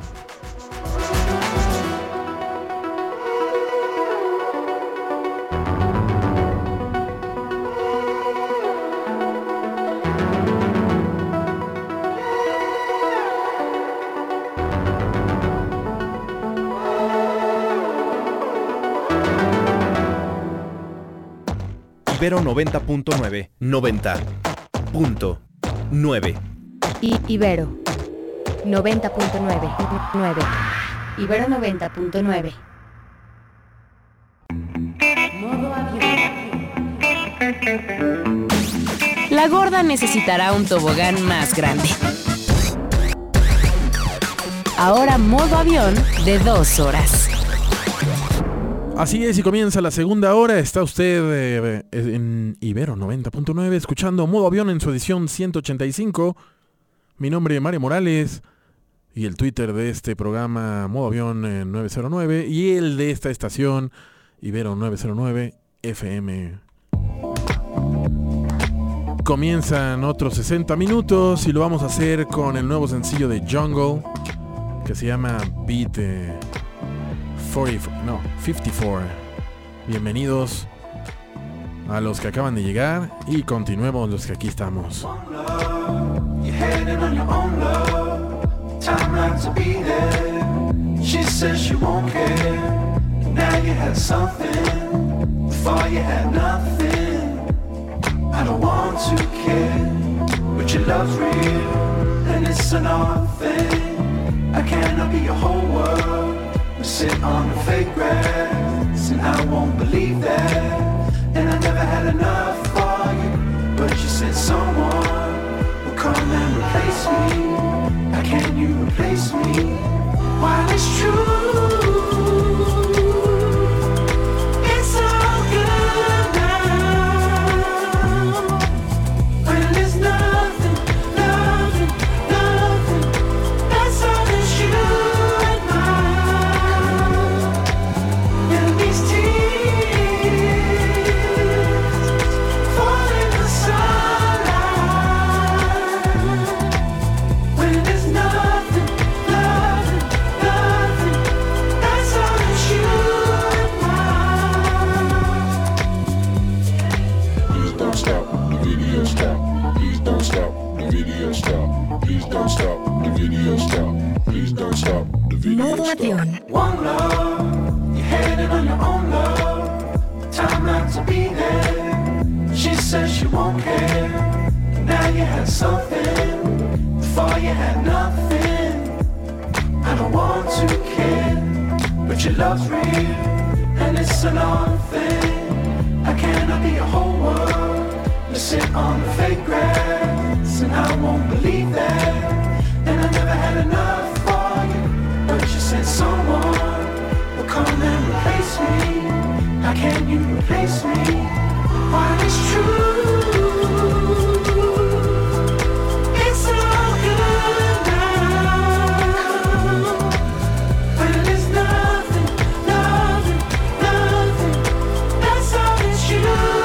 Ibero noventa punto nueve. noventa punto nueve.
Y Ibero noventa punto nueve. nueve. Ibero noventa punto nueve.
Modo avión. La gorda necesitará un tobogán más grande. Ahora modo avión de dos horas.
Así es, y comienza la segunda hora. Está usted eh, en Ibero noventa punto nueve escuchando Modo Avión en su edición ciento ochenta y cinco. Mi nombre es Mario Morales y el Twitter de este programa Modo Avión eh, nueve cero nueve y el de esta estación Ibero nueve cero nueve F M. Comienzan otros sesenta minutos y lo vamos a hacer con el nuevo sencillo de Jungle que se llama Beat... Eh, cuarenta, no, cincuenta y cuatro. Bienvenidos a los que acaban de llegar y continuemos los que aquí estamos.
We sit on the fake grass, and I won't believe that. And I never had enough for you, but you said someone will come and replace me. How can you replace me? While it's true, it's all good now. When there's nothing, nothing, nothing, that's all that you admire.
Modo avión.
One love, you're headed on your own love. Time not to be there. She says she won't care. Now you had something. Before you had nothing. I don't want to care, but your love's real, and it's an odd thing. I cannot be your whole world. You sit on the fake grass, and I won't believe that. And I never had enough for you, but you said someone will come and replace me. How can you replace me? While it's true, it's all good now. When there's nothing, nothing, nothing, that's all that you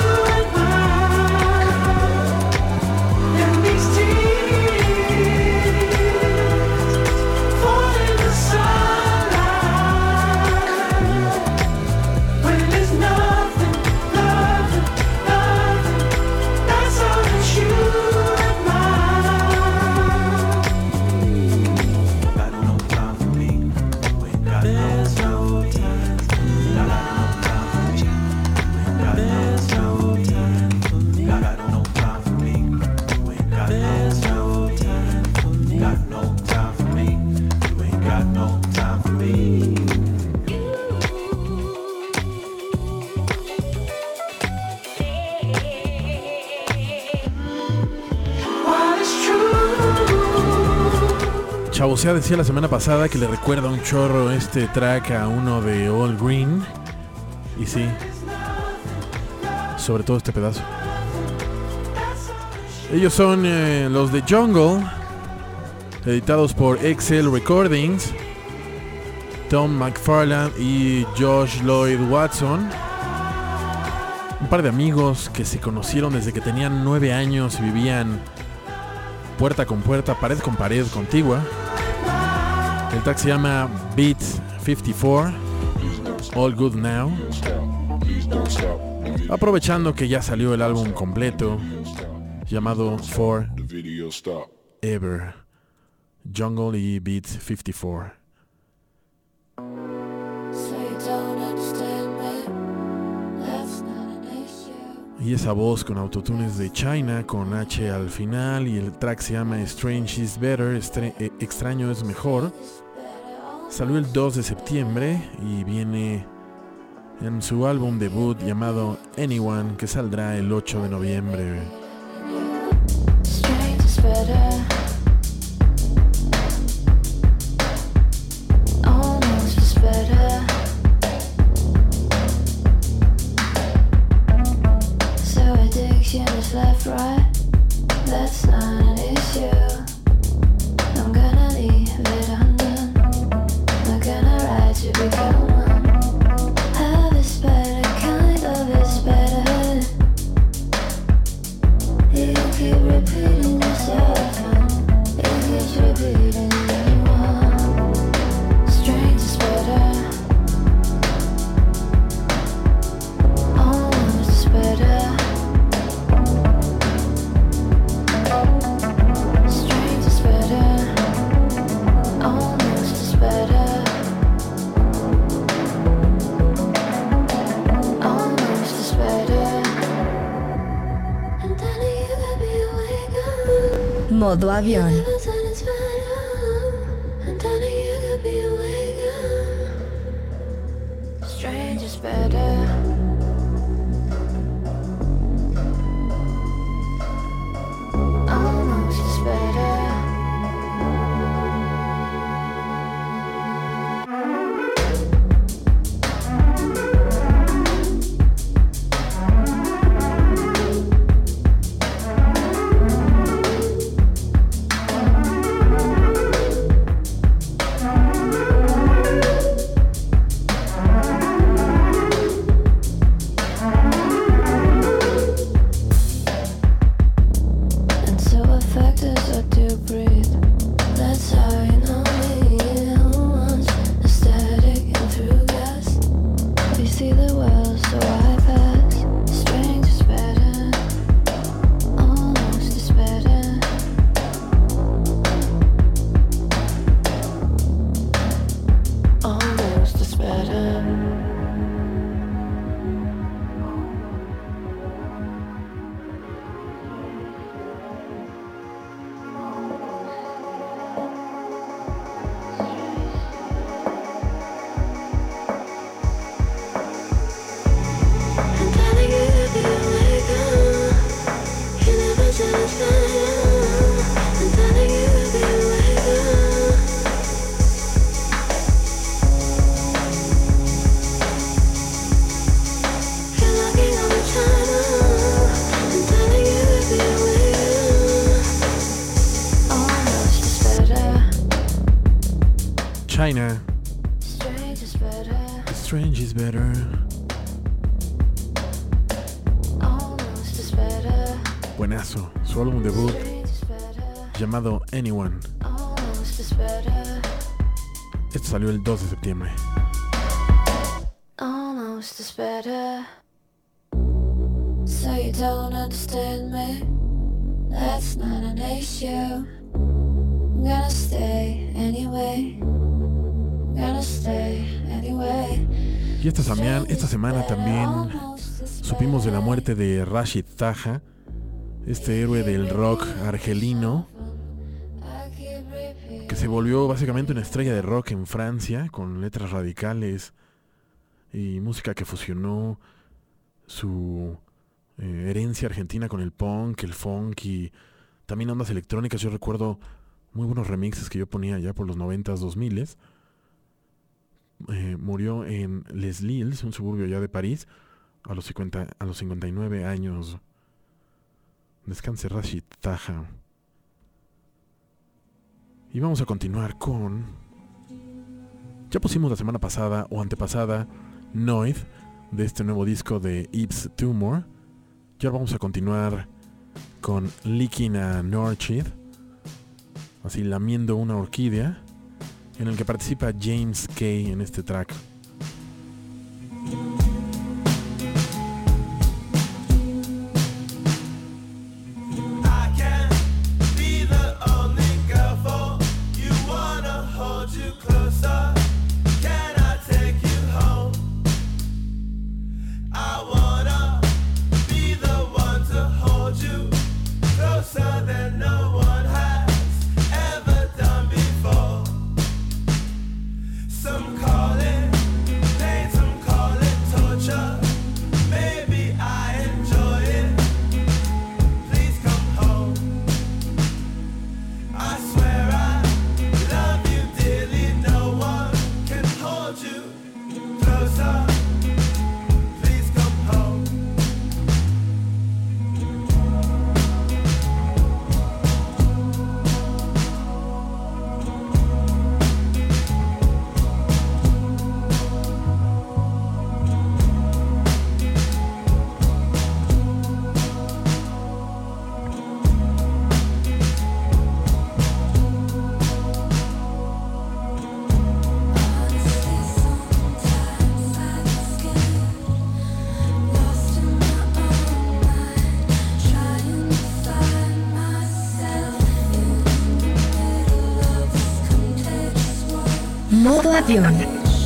admire. And these tears fall in the sunlight. When there's nothing, nothing,
Chavosea decía la semana pasada que le recuerda un chorro este track a uno de All Green. Y sí, sobre todo este pedazo. Ellos son eh, los de Jungle, editados por Excel Recordings, Tom McFarland y Josh Lloyd Watson. Un par de amigos que se conocieron desde que tenían nueve años y vivían puerta con puerta, pared con pared contigua. El track se llama Beat cincuenta y cuatro, All Good Now. Aprovechando que ya salió el álbum completo llamado For Ever, Jungle y Beat cincuenta y cuatro. Y esa voz con autotunes de China con H al final, y el track se llama Strange is Better, estre- eh, extraño es mejor. Salió el dos de septiembre y viene en su álbum debut llamado Anyone, que saldrá el ocho de noviembre.
Strange is better. Almost is better. So addiction is left, right. That's not an issue. I'm gonna leave it undone. Not gonna write to become one. Have is better, kind of is better. You keep repeating yourself, it keeps repeating anyone. Strange is better. Almost is better. Strange is better. Almost is better. Almost is better. And then you could be awake up.
Modo avión.
And then it's better. And then you could be awake up. Strange is better. Almost is better. And so affected I do breathe. That's how you know me. Who wants aesthetic and through gas? We see the world, so I pass. Strange is better. Almost is better. Almost is better. And then you could be awake up. You never said it's better. And then you could be awake up. You're looking all the time up. And then you could be awake up. Almost is better.
China,
Strange is better.
Strange is Better.
Almost is better.
Buenazo, su álbum debut
Strange is better.
llamado Anyone.
Almost is better.
Esto salió el dos de septiembre.
Almost is better. So you don't understand me. That's not an issue. I'm gonna stay anyway. I'm gonna stay anyway.
Y esta, samian- esta semana también supimos de la muerte de Rashid Taha, este héroe del rock argelino, que se volvió básicamente una estrella de rock en Francia, con letras radicales y música que fusionó su eh, herencia argentina con el punk, el funk y también ondas electrónicas. Yo recuerdo muy buenos remixes que yo ponía ya por los noventas, dos miles. Eh, murió en Les Lilles, un suburbio ya de París, a los cincuenta, a los cincuenta y nueve años. Descanse Rashid Taha. Y vamos a continuar con... Ya pusimos la semana pasada o antepasada Noid, de este nuevo disco de Yves Tumor. Y ahora vamos a continuar con Licking an Orchid, así lamiendo una orquídea, en el que participa James Kay en este track.
Modo avión.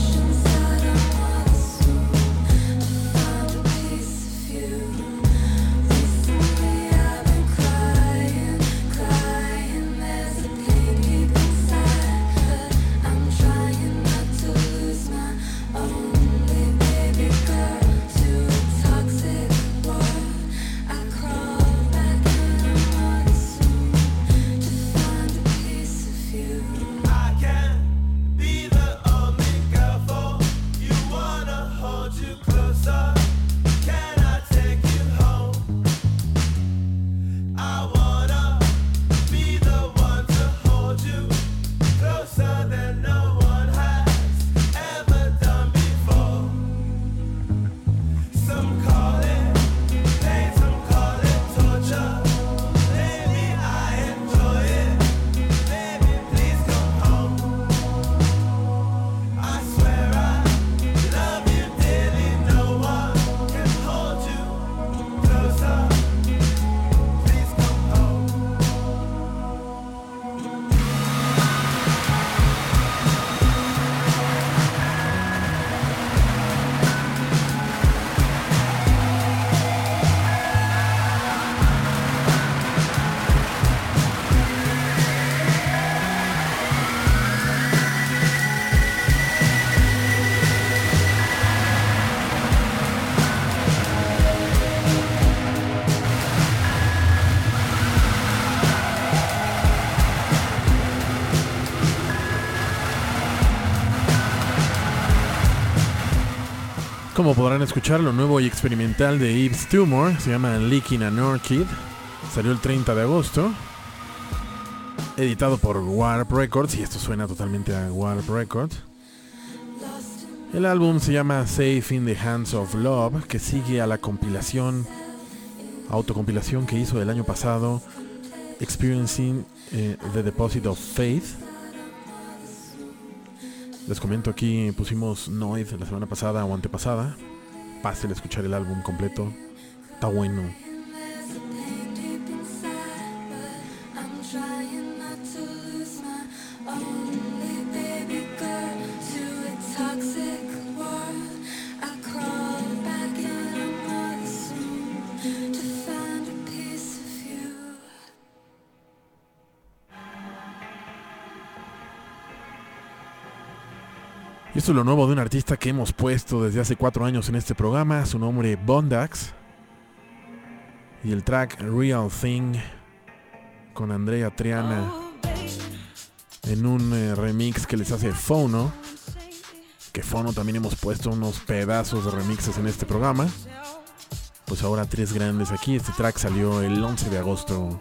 Como podrán escuchar, lo nuevo y experimental de Yves Tumor se llama Licking an Orchid. Salió el treinta de agosto, editado por Warp Records, y esto suena totalmente a Warp Records. El álbum se llama Safe in the Hands of Love, que sigue a la compilación, autocompilación que hizo el año pasado, Experiencing eh, the Deposit of Faith. Les comento, aquí pusimos Noid la semana pasada o antepasada. Pásenle a escuchar el álbum completo. Está bueno. Y esto es lo nuevo de un artista que hemos puesto desde hace cuatro años en este programa. Su nombre Bondax. Y el track Real Thing con Andrea Triana. en un eh, remix que les hace Fono. Que Fono también hemos puesto unos pedazos de remixes en este programa. Pues ahora tres grandes aquí. Este track salió el once de agosto.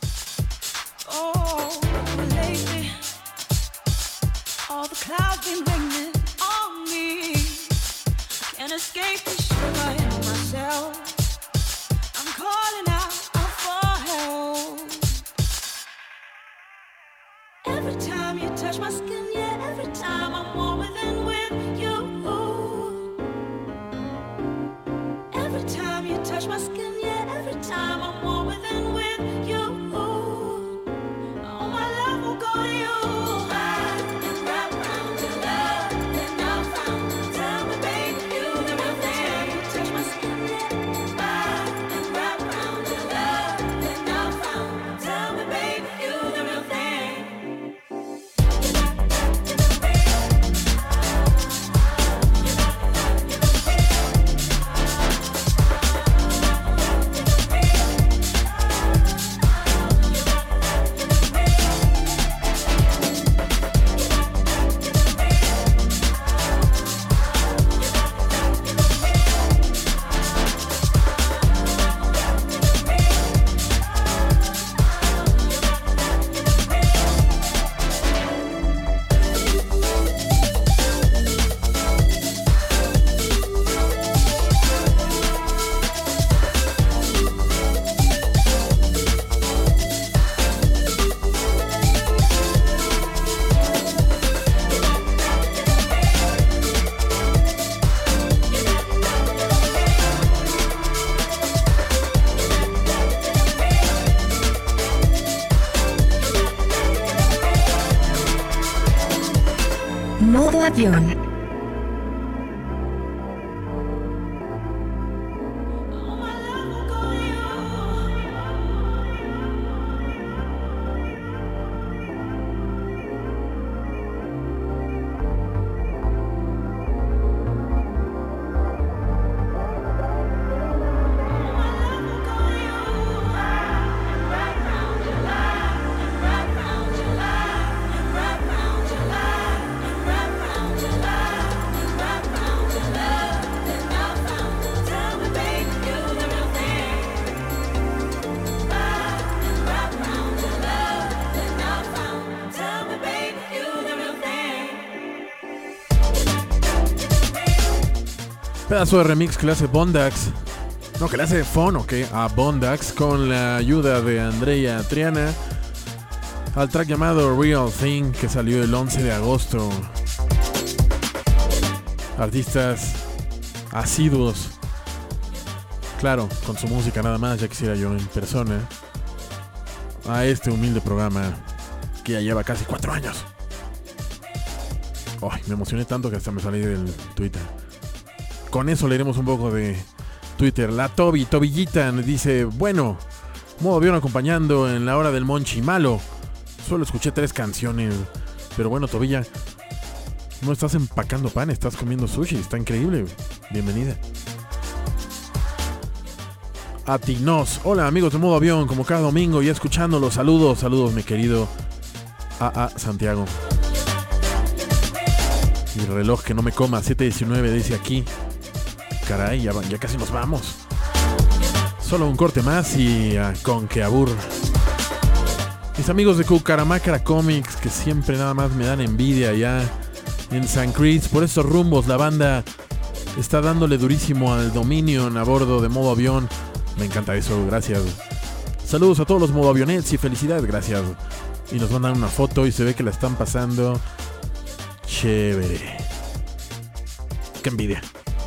Modo avión.
Pedazo de remix que le hace Bondax. No, que le hace Fono, que a Bondax con la ayuda de Andrea Triana al track llamado Real Thing, que salió el once de agosto. Artistas asiduos, claro, con su música nada más, ya quisiera yo en persona, a este humilde programa que ya lleva casi cuatro años. Ay, me emocioné tanto que hasta me salí del Twitter. Con eso leeremos un poco de Twitter. La Toby, Tobillita, dice: bueno, modo avión acompañando en la hora del Monchi malo. Solo escuché tres canciones. Pero bueno, Tobilla, no estás empacando pan, estás comiendo sushi. Está increíble. Bienvenida. A Tinos. Hola amigos de modo avión, como cada domingo ya escuchándolos. Saludos, saludos mi querido A A Santiago. Mi reloj que no me coma, siete diecinueve dice aquí. Caray, ya, ya casi nos vamos. Solo un corte más y uh, con que aburra. Mis amigos de Cucaramácara Comics, que siempre nada más me dan envidia allá en San Cris. Por estos rumbos la banda está dándole durísimo al Dominion a bordo de modo avión. Me encanta eso, gracias. Saludos a todos los modo avionets y felicidades, gracias. Y nos mandan una foto y se ve que la están pasando chévere. Qué envidia.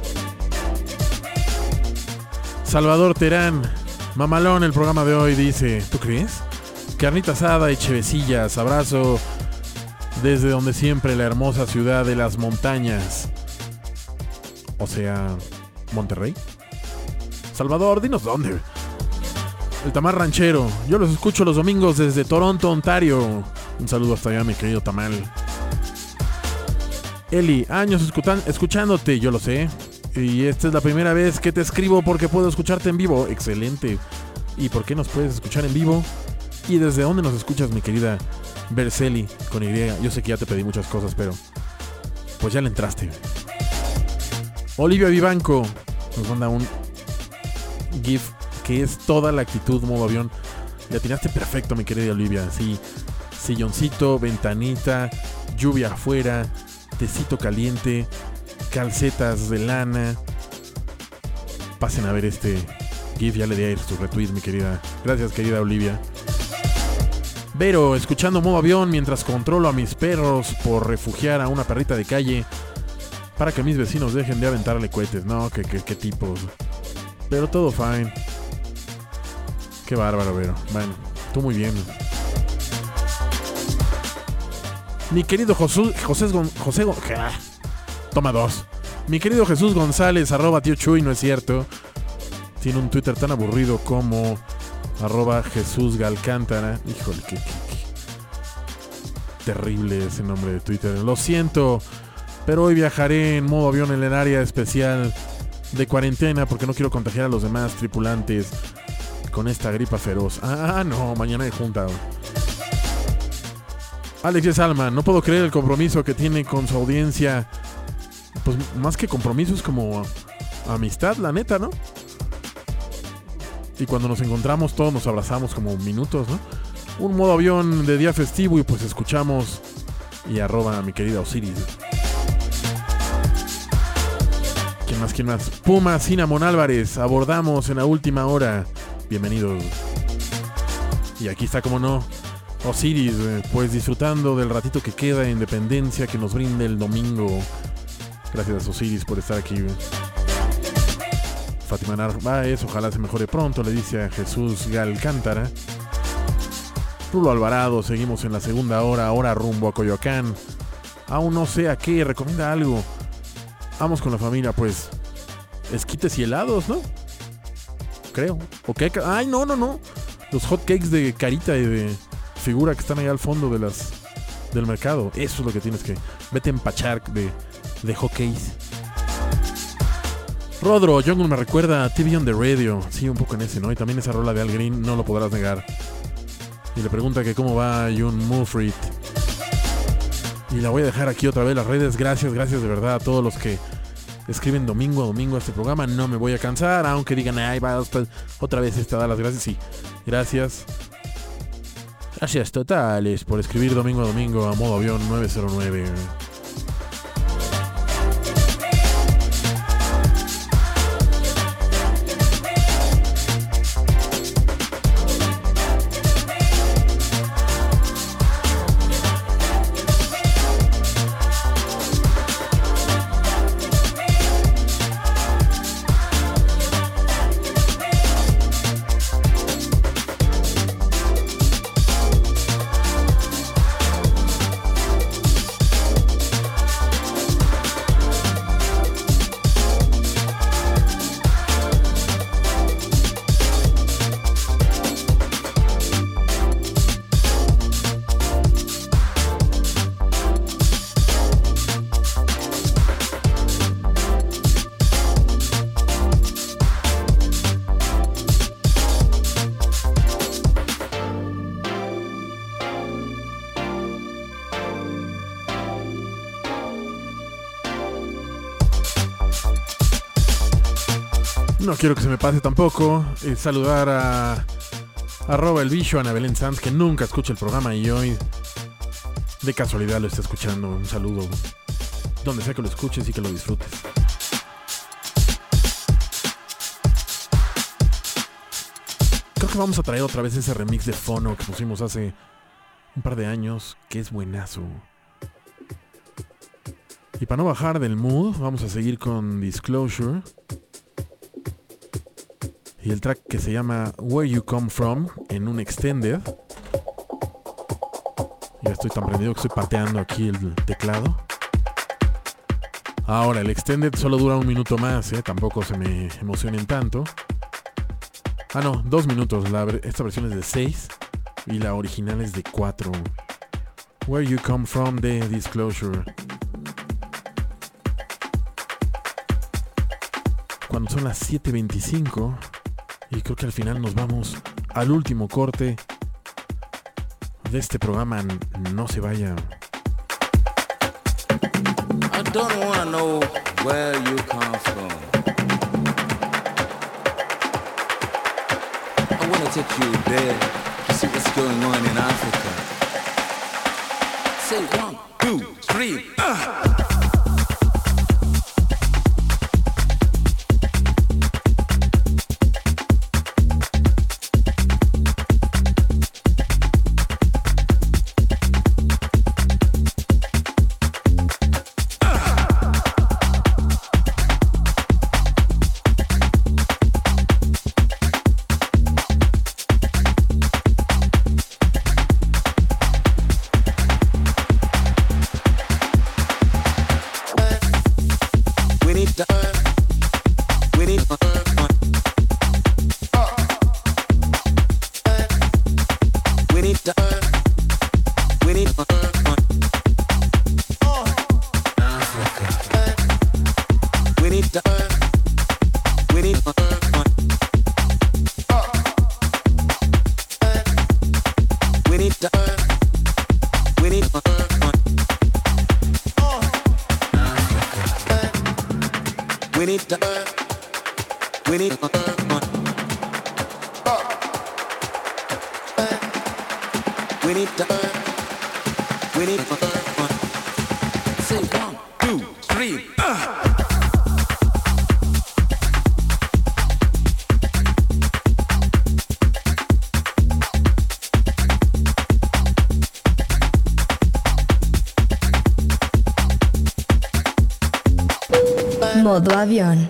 Salvador Terán, mamalón el programa de hoy, dice: ¿tú crees? Carnita asada y chevecillas, abrazo desde donde siempre la hermosa ciudad de las montañas. O sea, Monterrey. Salvador, dinos dónde. El Tamal Ranchero, yo los escucho los domingos desde Toronto, Ontario. Un saludo hasta allá, mi querido Tamal. Eli, años escuchan, escuchándote, yo lo sé. Y esta es la primera vez que te escribo porque puedo escucharte en vivo. Excelente. ¿Y por qué nos puedes escuchar en vivo? ¿Y desde dónde nos escuchas, mi querida Berceli con Y. Yo sé que ya te pedí muchas cosas, pero pues ya le entraste. Olivia Vivanco nos manda un GIF que es toda la actitud modo avión. Le atinaste perfecto, mi querida Olivia. Sí, silloncito, ventanita, lluvia afuera, tecito caliente, calcetas de lana. Pasen a ver este GIF, ya le di a ir su retweet, mi querida. Gracias, querida Olivia. Vero, escuchando modo avión mientras controlo a mis perros por refugiar a una perrita de calle para que mis vecinos dejen de aventarle cohetes. No, que qué, qué tipos. Pero todo fine. Qué bárbaro, Vero. Bueno, tú muy bien. Mi querido José, José, José, José toma dos. Mi querido Jesús González, arroba tío Chuy, no es cierto. Tiene un Twitter tan aburrido como arroba Jesús Galcántara. Híjole, qué, qué, qué terrible ese nombre de Twitter. Lo siento, pero hoy viajaré en modo avión en el área especial de cuarentena porque no quiero contagiar a los demás tripulantes con esta gripa feroz. Ah, no, mañana hay junta. Alex de Salma, no puedo creer el compromiso que tiene con su audiencia. Pues más que compromiso es como amistad, la neta, ¿no? Y cuando nos encontramos todos nos abrazamos como minutos, ¿no? Un modo avión de día festivo y pues escuchamos y arroba a mi querida Osiris. ¿Quién más? ¿Quién más? Puma Cinnamon Álvarez, abordamos en la última hora. Bienvenidos. Y aquí está, como no, Osiris, pues disfrutando del ratito que queda de independencia que nos brinde el domingo. Gracias, Osiris, por estar aquí. Fátima Narváez, ojalá se mejore pronto, le dice a Jesús Galcántara. Rulo Alvarado, seguimos en la segunda hora, ahora rumbo a Coyoacán. Aún no sé a qué, recomienda algo. Vamos con la familia, pues, esquites y helados, ¿no? Creo. ¿O qué? Ay, no, no, no. Los hot cakes de carita y de figura que están allá al fondo de las del mercado. Eso es lo que tienes que... Vete a empachar de, de hot cakes. Rodro, Jungle me recuerda a T V on the Radio. Sí, un poco en ese, ¿no? Y también esa rola de Al Green, no lo podrás negar. Y le pregunta que cómo va Jun Mufrit. Y la voy a dejar aquí otra vez las redes. Gracias, gracias de verdad a todos los que escriben domingo a domingo a este programa. No me voy a cansar, aunque digan, ay, va otra vez esta, da las gracias. Sí, gracias. Gracias totales por escribir domingo a domingo a modo avión nueve cero nueve. No quiero que se me pase tampoco eh, saludar a arroba el bicho, a Ana Belén Sanz, que nunca escucha el programa y hoy de casualidad lo está escuchando. Un saludo donde sea que lo escuches y que lo disfrutes. Creo que vamos a traer otra vez ese remix de Fono que pusimos hace un par de años, que es buenazo. Y para no bajar del mood, vamos a seguir con Disclosure y el track que se llama Where You Come From en un extended. Ya estoy tan prendido que estoy pateando aquí el teclado. Ahora, el extended solo dura un minuto más, ¿eh? Tampoco se me emocionen tanto. Ah, no, dos minutos. La, esta versión es de seis y la original es de cuatro. Where You Come From de Disclosure. Cuando son las siete veinticinco y creo que al final nos vamos al último corte de este programa. No se vaya.
I don't wanna know where you come from. I wanna take you there to see what's going on in Africa. Say one, two, three, uh.
Modo avión.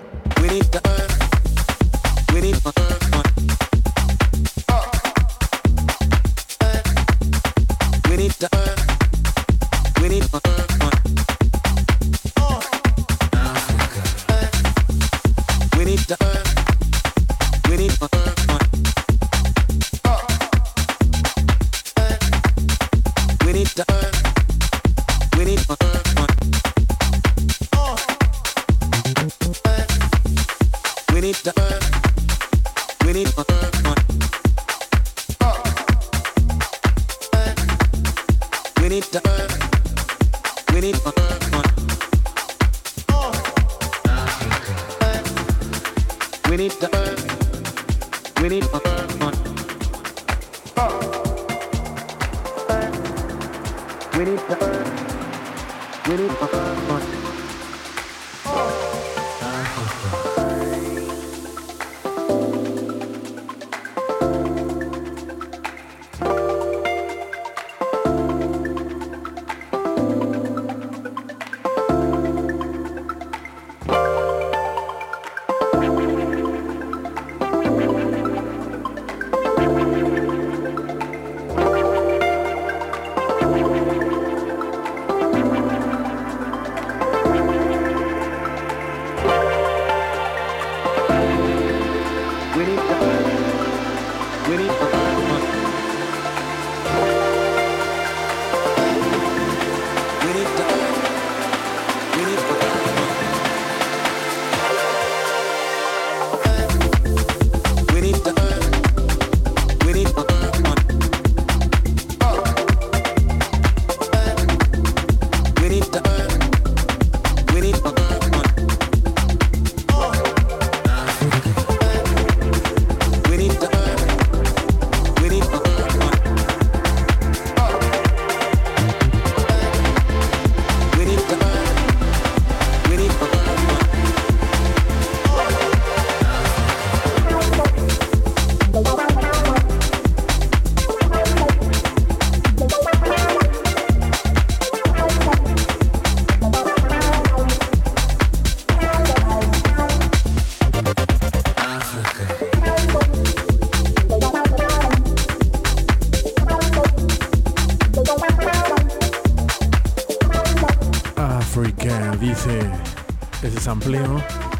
Sampleo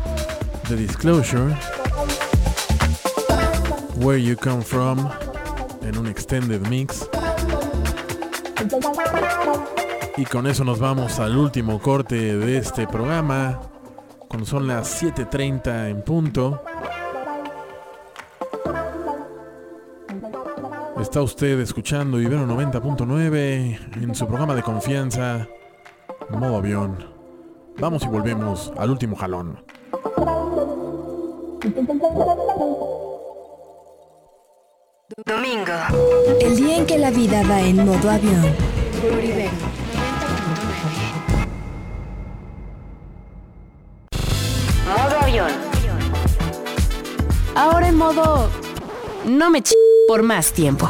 de Disclosure, Where You Come From, en un extended mix. Y con eso nos vamos al último corte de este programa, cuando son las siete treinta en punto. Está usted escuchando Ibero noventa punto nueve en su programa de confianza, Modo Avión. Vamos y volvemos al último jalón.
Domingo. El día en que la vida va en modo avión. Por Ibero.
Modo avión. Ahora en modo... No me ch... por más tiempo.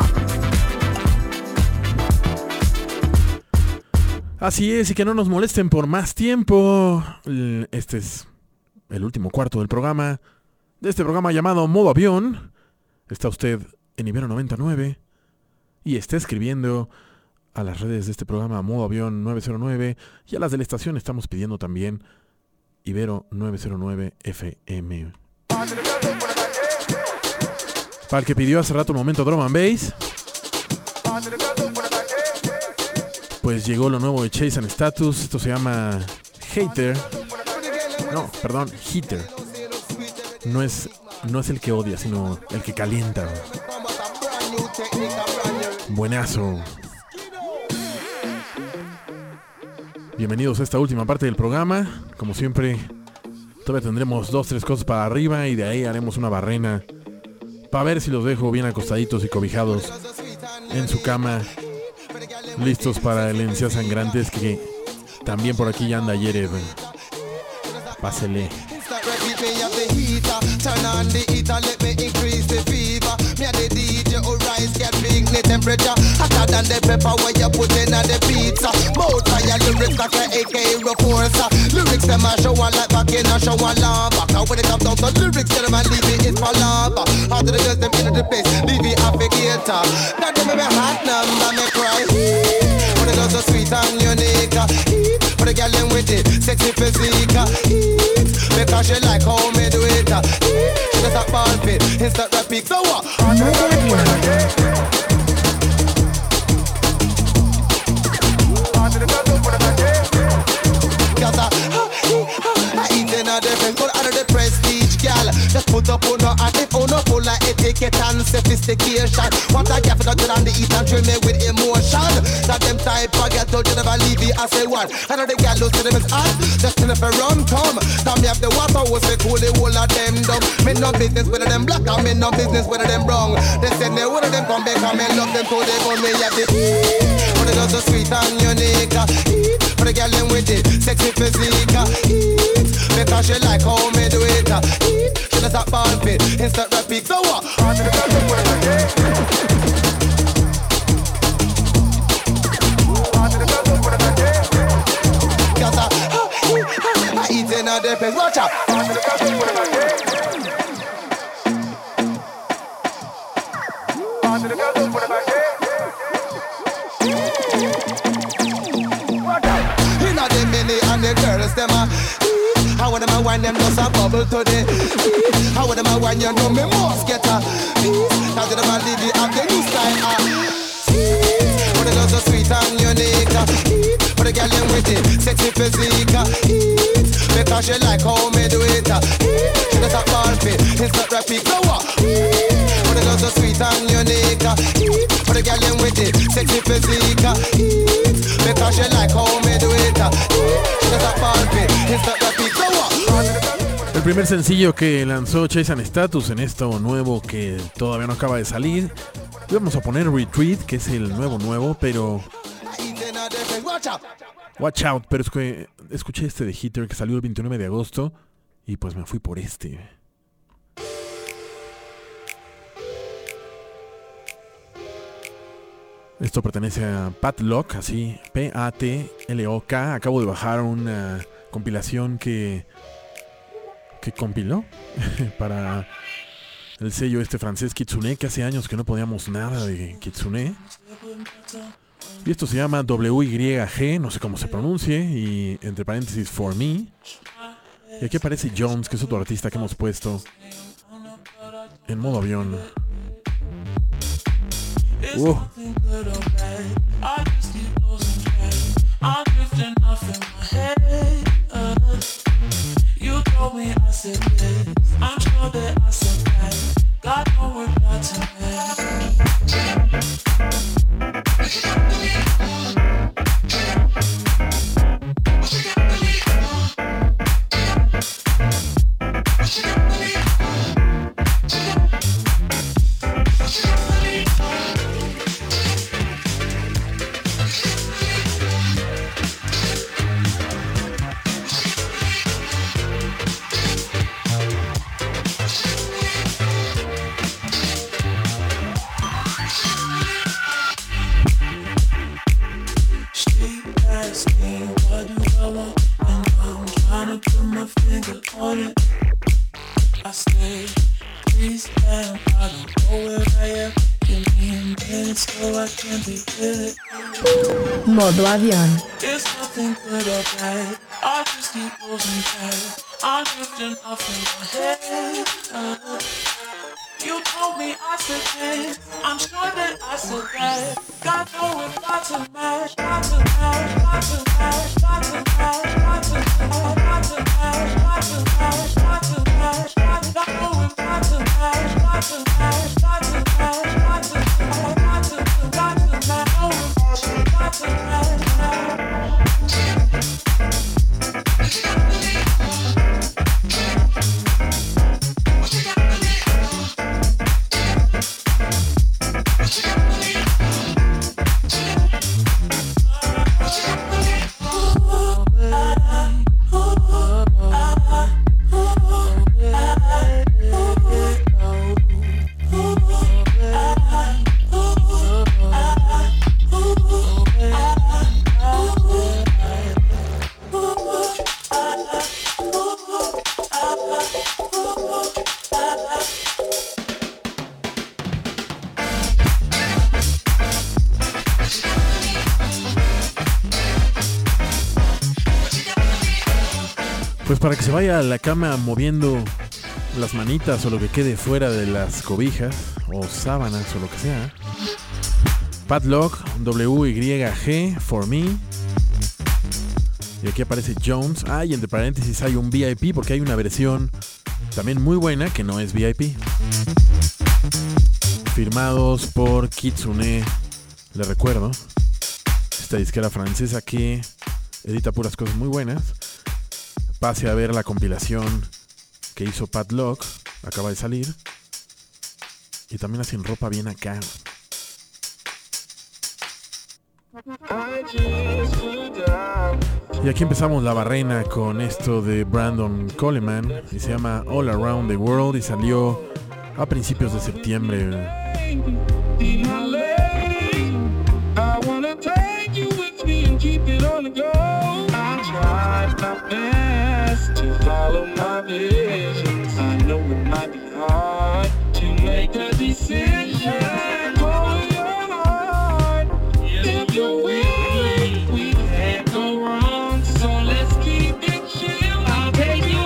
Así es, y que no nos molesten por más tiempo. Este es el último cuarto del programa. De este programa llamado Modo Avión. Está usted en Ibero noventa y nueve. Y está escribiendo a las redes de este programa Modo Avión nueve cero nueve. Y a las de la estación estamos pidiendo también Ibero nueve cero nueve F M. Para el que pidió hace rato un momento Drum and Bass, pues llegó lo nuevo de Chase and Status. Esto se llama Hater. No, perdón, Heater. No es, no es el que odia, sino el que calienta. Buenazo. Bienvenidos a esta última parte del programa. Como siempre, todavía tendremos dos, tres cosas para arriba y de ahí haremos una barrena para ver si los dejo bien acostaditos y cobijados en su cama, listos para el encía sangrantes, que también por aquí ya anda Yerev. Pásele.
Turn on the heater, let me increase the fever. Me and the D J who rise, get big the temperature. Hotter than the pepper where you put in on the pizza. Both fire lyrics like a A K reporter. Lyrics them a show one like back in a show one lava. Now when it comes down to lyrics, tell them I leave it is for lava. After the girls them into the place, leave it applicator. Now them me hot number me cry. When the girls are sweet and unique. For the girl them with it, sexy physique. Because she like how me do it. She does a ball fit, instant rapid. So what? Cause I, I eat in a different color out of the prestige, gal. Just put up on her and if on her full of etiquette and sophistication. What I get for the good and the eat and train me with emotion. That them type I get told you never leave it as a one. I know the gal lose to them is hot, just in if a rum come. Now me have the water was the cool, the whole of them dumb. Me no business with them black and me no business with them brown. They send me one of them come back and me love them so they gon' me have the for the girls so sweet and unique. For the gal them with it, sexy physique. Because she like how me do it. She does a ball fit, instant rapid. So what? Cause I, I eat in a different. Watch out. Inna the mini and the girls them a. How would them a wine them just a bubble today? How would them a wine you know me must get a piece? Cause them a leave it up the new style ah. For the girls so sweet and unique. For the girl them with it, sexy physique. Because she like how me do it. She does a ball fit, it's not rapid. So what? For the girls so sweet and unique. For the girl them with it, sexy physique. Because she like how me do it. She does a ball fit, it's not rapid. So what?
El primer sencillo que lanzó Chase and Status en esto nuevo que todavía no acaba de salir. Le vamos a poner Retreat, que es el nuevo nuevo, pero Watch Out, pero es que escuché este de Heater que salió el veintinueve de agosto y pues me fui por este. Esto pertenece a Pat Lock, así, P A T L O K. Acabo de bajar una compilación que que compiló para el sello este francés Kitsune, que hace años que no poníamos nada de Kitsune. Y esto se llama W Y G, no sé cómo se pronuncie, y entre paréntesis For Me. Y aquí aparece Jones, que es otro artista que hemos puesto en modo avión. Uh.
You told me I said yes, I'm sure that I said that. God know we're not tonight. can get it, so I can't be with it.
Modo avión.
It's nothing good or bad. I just keep losing track. I'm drifting off in my head. Uh, you told me I said yes. I'm sure that I said that. God know it, got to match, got to match, got to match, got to match, got to match, got to match, got to match, got to match, got to know it, got to match, got to match, got to match, got to match, got to got to match, know it, got to match.
Pues para que se vaya a la cama moviendo las manitas o lo que quede fuera de las cobijas o sábanas o lo que sea. Padlock, W Y G, For Me. Y aquí aparece Jones. Ah, y entre paréntesis hay un V I P porque hay una versión también muy buena que no es V I P. Firmados por Kitsune, le recuerdo. Esta disquera francesa que edita puras cosas muy buenas. Pase a ver la compilación que hizo Padlock, acaba de salir. Y también hacen ropa bien acá. Y aquí empezamos la barrena con esto de Brandon Coleman y se llama All Around the World y salió a principios de septiembre.
To follow my visions, I know it might be hard to make a decision. Follow your heart, if you're willing, we can't go wrong. So let's keep it chill. I'll take you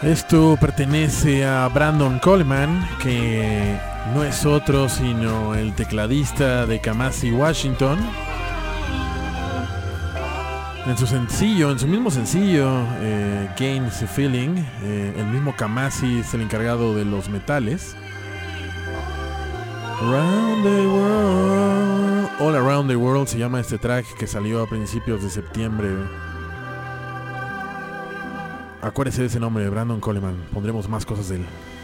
Esto pertenece a Brandon Coleman, que no es otro sino el tecladista de Kamasi Washington. En su sencillo, en su mismo sencillo, eh, Gains a Feeling, eh, el mismo Kamasi es el encargado de los metales. Around the World, All Around the World se llama este track, que salió a principios de septiembre. Acuérdese de ese nombre, Brandon Coleman. Pondremos más cosas de él.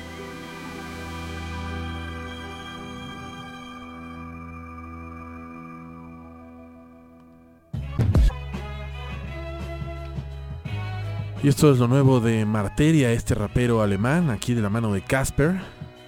Y esto es lo nuevo de Marteria, este rapero alemán, aquí de la mano de Casper.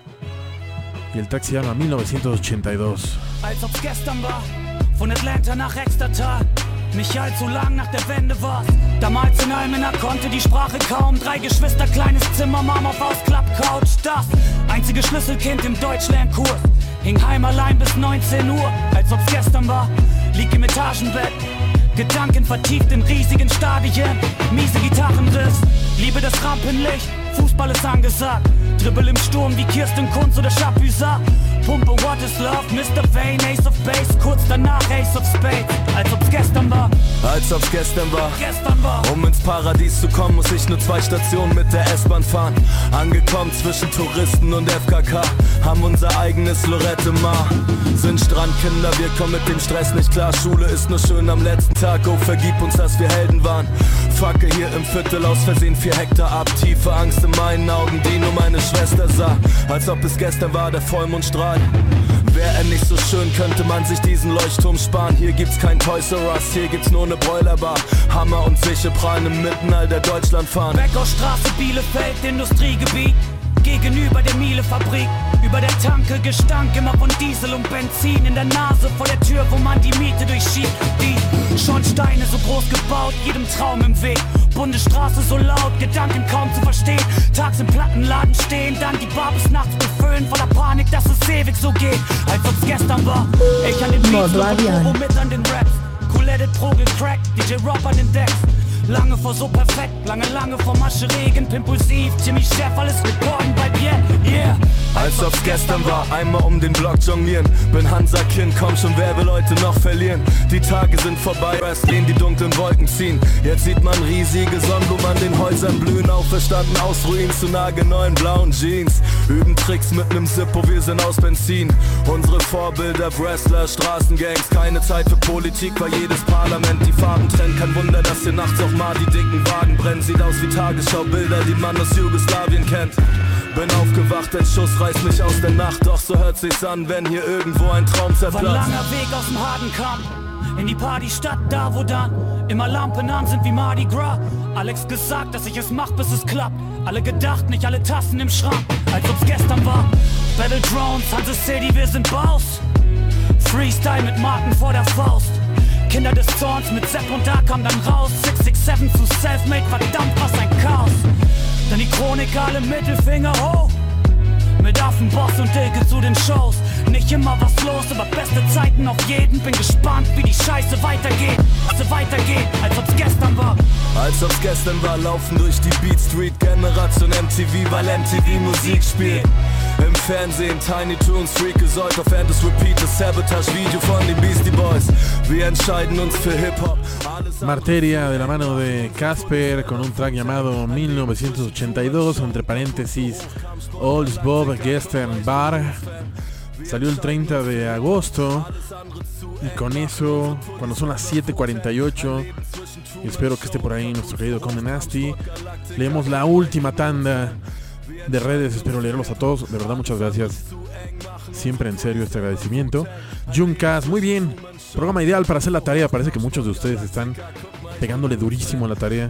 Y el track se llama mil novecientos ochenta y dos.
Als ob's gestern war, von Atlanta nach Extertal. Nicht allzu lang nach der Wende war's. Damals in Almena konnte die Sprache kaum. Drei Geschwister, kleines Zimmer, Mama auf Ausklappcouch. Das einzige Schlüsselkind im Deutschlernkurs. Hing heim allein bis neunzehn Uhr, als ob's gestern war. Lieg im Etagenbett, Gedanken vertieft in riesigen Stadien. Miese Gitarrenriss, liebe das Rampenlicht. Fußball ist angesagt. Dribbel im Sturm wie Kirsten Kunz oder Chapuisat. Pumpe What is Love, Mister Vane, Ace of Base. Kurz danach Ace of Spades, als ob's gestern war.
Als ob's gestern war.
Gestern war.
Um ins Paradies zu kommen, muss ich nur zwei Stationen mit der S-Bahn fahren. Angekommen zwischen Touristen und F K K. Haben unser eigenes Lorette Mar. Sind Strandkinder, wir kommen mit dem Stress nicht klar. Schule ist nur schön am letzten Tag. Oh, vergib uns, dass wir Helden waren. Facke hier im Viertel, aus Versehen vier Hektar ab. Tiefe Angst in meinen Augen, die nur meine Schwester sah. Als ob es gestern war, der Vollmond strahlt. Wäre er nicht so schön, könnte man sich diesen Leuchtturm sparen. Hier gibt's kein Toys R Us, hier gibt's nur ne Boilerbar. Hammer und Siche prallen im Mittenalter Deutschland fahren.
Bäckerstraße, Bielefeld, Industriegebiet. Gegenüber der Miele-Fabrik. Über der Tanke Gestank, immer von Diesel und Benzin. In der Nase vor der Tür, wo man die Miete durchschiebt. Die Schornsteine so groß gebaut, jedem Traum im Weg. Bundesstraße so laut, Gedanken kaum zu verstehen. Tags im Plattenladen stehen, dann die Bar bis nachts befüllen. Voller Panik, dass es ewig so geht, als ob's gestern war. Ich an den Beats, Euro mit an den Raps. Cool Edit Pro gecrackt, D J Rob an den Decks. Lange vor so perfekt, lange, lange vor Masche Regen, Pimpulsiv, Jimmy Chef, alles recorden bei Bier, yeah.
Als ob's gestern war, einmal um den Block jonglieren. Bin Hansa-Kind, komm schon, wer will heute noch verlieren? Die Tage sind vorbei, Wrestling, die dunklen Wolken ziehen. Jetzt sieht man riesige Sonnenblumen an den Häusern blühen. Auferstanden aus Ruinen zu nagelneuen blauen Jeans. Üben Tricks mit nem Zippo, wir sind aus Benzin. Unsere Vorbilder, Wrestler, Straßengangs. Keine Zeit für Politik, weil jedes Parlament die Farben trennt. Kein Wunder, dass hier nachts auch mal die dicken Wagen brennen. Sieht aus wie Tagesschaubilder, die man aus Jugoslawien kennt. Bin aufgewacht, ein Schuss reißt mich aus der Nacht. Doch so hört sich's an, wenn hier irgendwo ein Traum zerplatzt.
War ein langer Weg aus dem Hadenkamm in die Partystadt, da wo dann immer Lampen an sind wie Mardi Gras. Alex gesagt, dass ich es mach, bis es klappt. Alle gedacht, nicht alle Tassen im Schrank, als ob's gestern war. Battle Drones, Hanse City, wir sind Baus. Freestyle mit Marken vor der Faust. Kinder des Zorns mit Sepp und da kam dann raus. six six seven zu Selfmade, verdammt was ein Chaos. Dann die Chronik, alle Mittelfinger hoch. Mit Affenboss und Dilke zu den Shows. Nicht immer was los, aber beste Zeiten auf jeden. Bin gespannt, wie die Scheiße weitergeht. So weitergeht, als ob's gestern war.
Als ob's gestern war, laufen durch die Beat Street. Generation M T V, weil M T V Musik spielt. Im Fernsehen Tiny Toons, Freak gesäut auf Endless Repeat, das Sabotage-Video von den Beastie Boys. Wir entscheiden uns für Hip-Hop.
Marteria de la mano de Casper con un track llamado mil novecientos ochenta y dos, entre paréntesis Olds Bob Gestern Bar. Salió el treinta de agosto y con eso, cuando son las siete cuarenta y ocho, y espero que esté por ahí nuestro querido Conde Nasty, leemos la última tanda de redes. Espero leerlos a todos, de verdad muchas gracias, siempre en serio este agradecimiento. Juncas, muy bien, programa ideal para hacer la tarea. Parece que muchos de ustedes están pegándole durísimo a la tarea.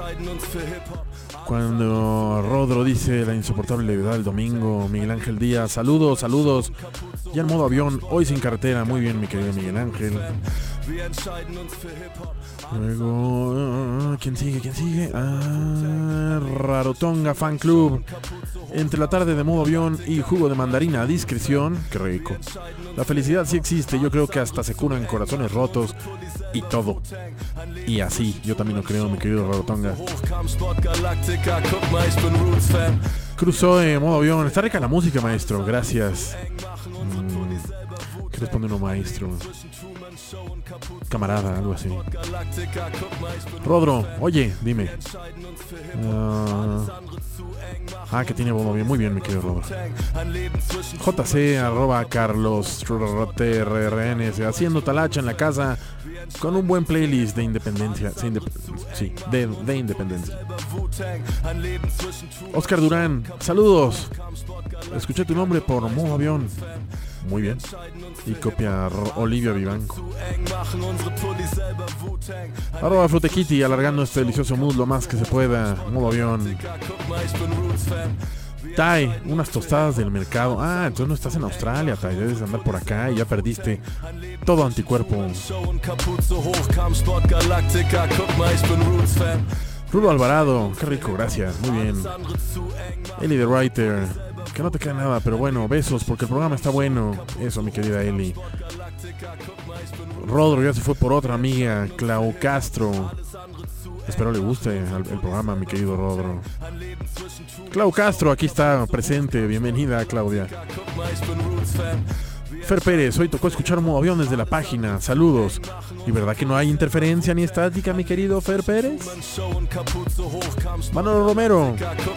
Cuando Rodro dice la insoportable levedad del domingo, Miguel Ángel Díaz, saludos, saludos, ya en modo avión, hoy sin carretera. Muy bien, mi querido Miguel Ángel. Luego, ¿quién sigue? ¿Quién sigue? Ah, Rarotonga Fan Club. Entre la tarde de modo avión y jugo de mandarina a discreción. Qué rico. La felicidad sí existe. Yo creo que hasta se curan corazones rotos y todo. Y así, yo también lo creo, mi querido Rarotonga. Cruzoe, modo avión. Está rica la música, maestro. Gracias. Mm, ¿Qué responde uno, maestro? Camarada, algo así. Rodro, oye, dime. Uh, ah, que tiene modo avión. Muy bien, mi querido Rodro. J C arroba Carlos T R R N haciendo talacha en la casa con un buen playlist de independencia. Sí, indep sí de, de independencia. Oscar Durán, saludos. Escuché tu nombre por modo avión. Muy bien. Y copia Olivia Vivanco. Arroba Frutequiti, alargando este delicioso mood lo más que se pueda. Modo avión. Tai, unas tostadas del mercado. Ah, entonces no estás en Australia, Tai. Debes andar por acá y ya perdiste todo anticuerpo. Rulo Alvarado, qué rico, gracias. Muy bien. Eli the Writer, que no te queda nada, pero bueno, besos porque el programa está bueno. Eso, mi querida Eli. Rodro ya se fue por otra amiga, Clau Castro. Espero le guste el, el programa, mi querido Rodro. Clau Castro, aquí está presente. Bienvenida, Claudia. Fer Pérez, hoy tocó escuchar modo avión desde la página. Saludos. ¿Y verdad que no hay interferencia ni estática, mi querido Fer Pérez? Manolo Romero.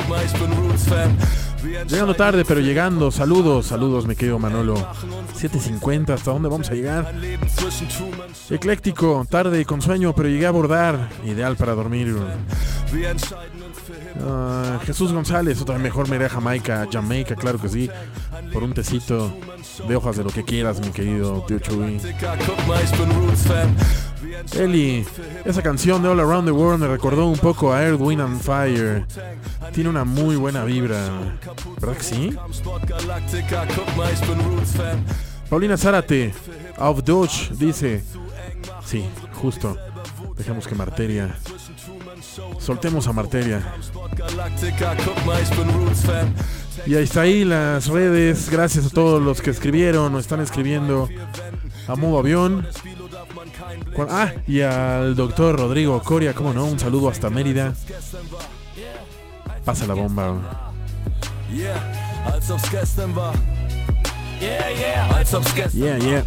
Llegando tarde, pero llegando. Saludos, saludos, mi querido Manolo. siete cincuenta, ¿hasta dónde vamos a llegar? Ecléctico, tarde y con sueño, pero llegué a abordar. Ideal para dormir. Uh, Jesús González, otra vez mejor me iré a Jamaica, Jamaica, claro que sí. Por un tecito de hojas de lo que quieras, mi querido tío Chuy. Eli, esa canción de All Around the World me recordó un poco a Earth, Wind and Fire. Tiene una muy buena vibra, ¿verdad que sí? Paulina Zárate, Auf Deutsch, dice: sí, justo. Dejemos que Marteria. Soltemos a Marteria. Y ahí está ahí las redes. Gracias a todos los que escribieron o están escribiendo a modo avión. Ah, y al doctor Rodrigo Coria, cómo no, un saludo hasta Mérida. Pasa la bomba. Yeah, yeah.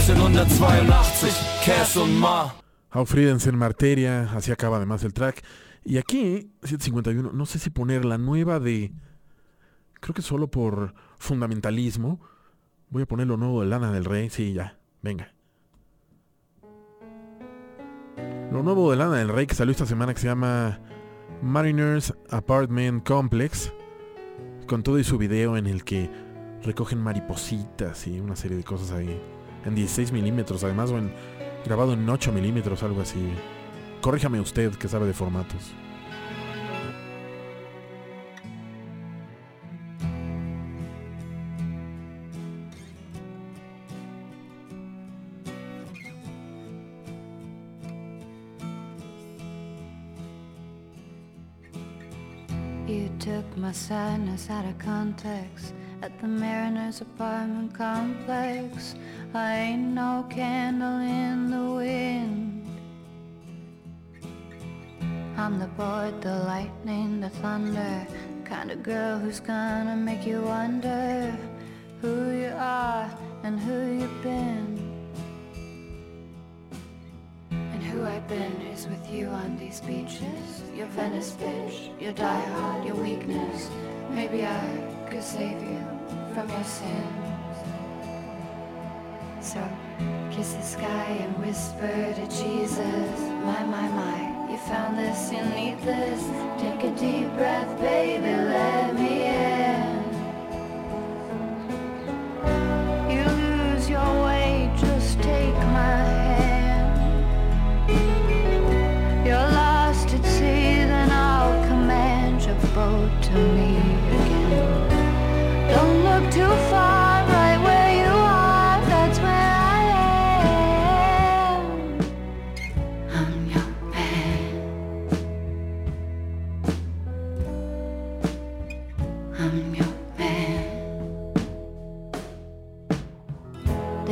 Auf Friedensen, Marteria, así acaba además el track. Y aquí, siete cincuenta y uno, no sé si poner la nueva de... Creo que solo por fundamentalismo. Voy a poner lo nuevo de Lana del Rey, sí, ya, venga. Lo nuevo de Lana del Rey que salió esta semana, que se llama Mariners Apartment Complex, con todo y su video en el que recogen maripositas y una serie de cosas ahí. En dieciséis milímetros, además, o en... grabado en ocho milímetros, algo así. Corríjame usted, que sabe de formatos.
You took my sadness out of context at the Mariners Apartment Complex. I ain't no candle in the wind. I'm the board, the lightning, the thunder, kind of girl who's gonna make you wonder who you are and who you've been. And who I've been is with you on these beaches. Your Venice bitch, your diehard, your weakness. Maybe I could save you from your sins. So kiss the sky and whisper to Jesus. My, my, my, you found this, you need this. Take a deep breath, baby, let me in. You lose your way, just take my hand. You're lost at sea, then I'll command your boat to me again. Don't look too far, right where you are, that's where I am.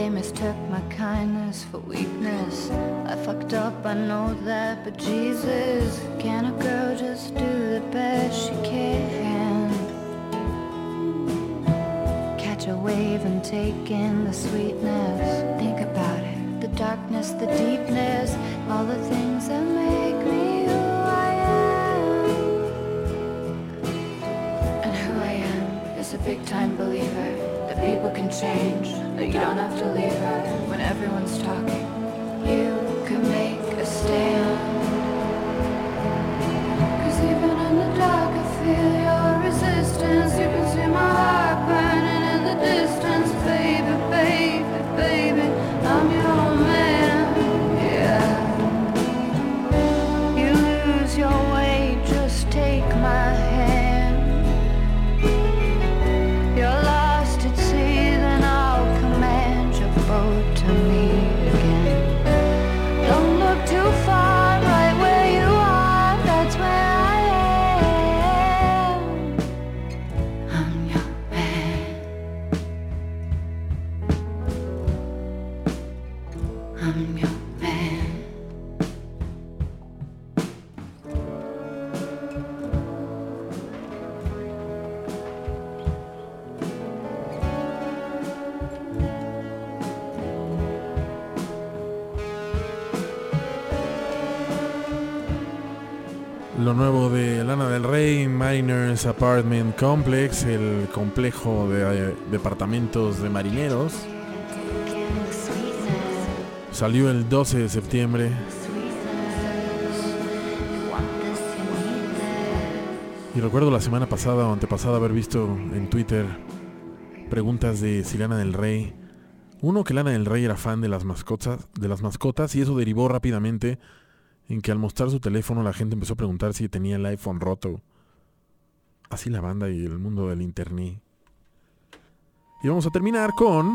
mistook my kindness for weakness. I fucked up, I know that, but Jesus, can a girl just do the best she can? Catch a wave and take in the sweetness. Think about it, the darkness, the deepness, all the things that make me who I am. And who I am is a big time believer that people can change, that you don't have to leave her when everyone's talking. You can make a stand. Cause even in the dark I feel your resistance. You can see my heart burning in the distance. Baby, baby, baby, I'm your man, yeah. You lose your way, just take my hand. You're lost at sea, then I'll command your boat to meet again. Don't look too far, right where you are, that's where I am. I'm your man. I'm your man.
Lo nuevo de Lana del Rey, Mariners Apartment Complex, el complejo de eh, departamentos de marineros. Salió el doce de septiembre. Y recuerdo la semana pasada o antepasada haber visto en Twitter preguntas de si Lana del Rey. Uno, que Lana del Rey era fan de las mascotas, de las mascotas, y eso derivó rápidamente en que al mostrar su teléfono la gente empezó a preguntar si tenía el iPhone roto. Así la banda y el mundo del internet. Y vamos a terminar con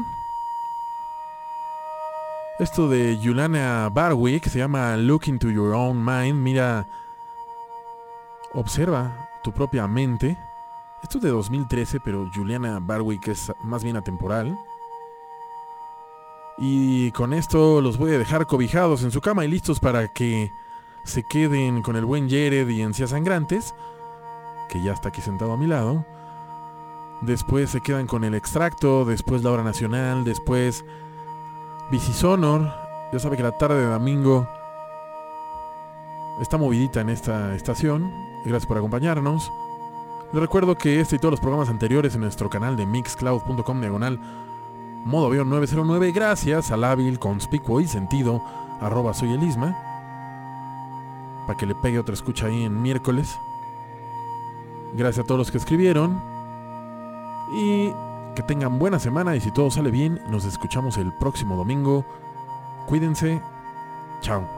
esto de Juliana Barwick, se llama Look into Your Own Mind. Mira, observa tu propia mente. Esto es de dos mil trece, pero Juliana Barwick es más bien atemporal. Y con esto los voy a dejar cobijados en su cama y listos para que se queden con el buen Jared y Encías Sangrantes, que ya está aquí sentado a mi lado. Después se quedan con el extracto, después la hora nacional, después Bicisonor. Ya sabe que la tarde de domingo está movidita en esta estación. Gracias por acompañarnos. Les recuerdo que este y todos los programas anteriores en nuestro canal de mixcloud.com diagonal modo avión nueve cero nueve, gracias al hábil, conspicuo y sentido arroba soy el Isma, para que le pegue otra escucha ahí en miércoles. Gracias a todos los que escribieron y que tengan buena semana, y si todo sale bien nos escuchamos el próximo domingo. Cuídense, chao.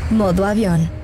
Modo avión.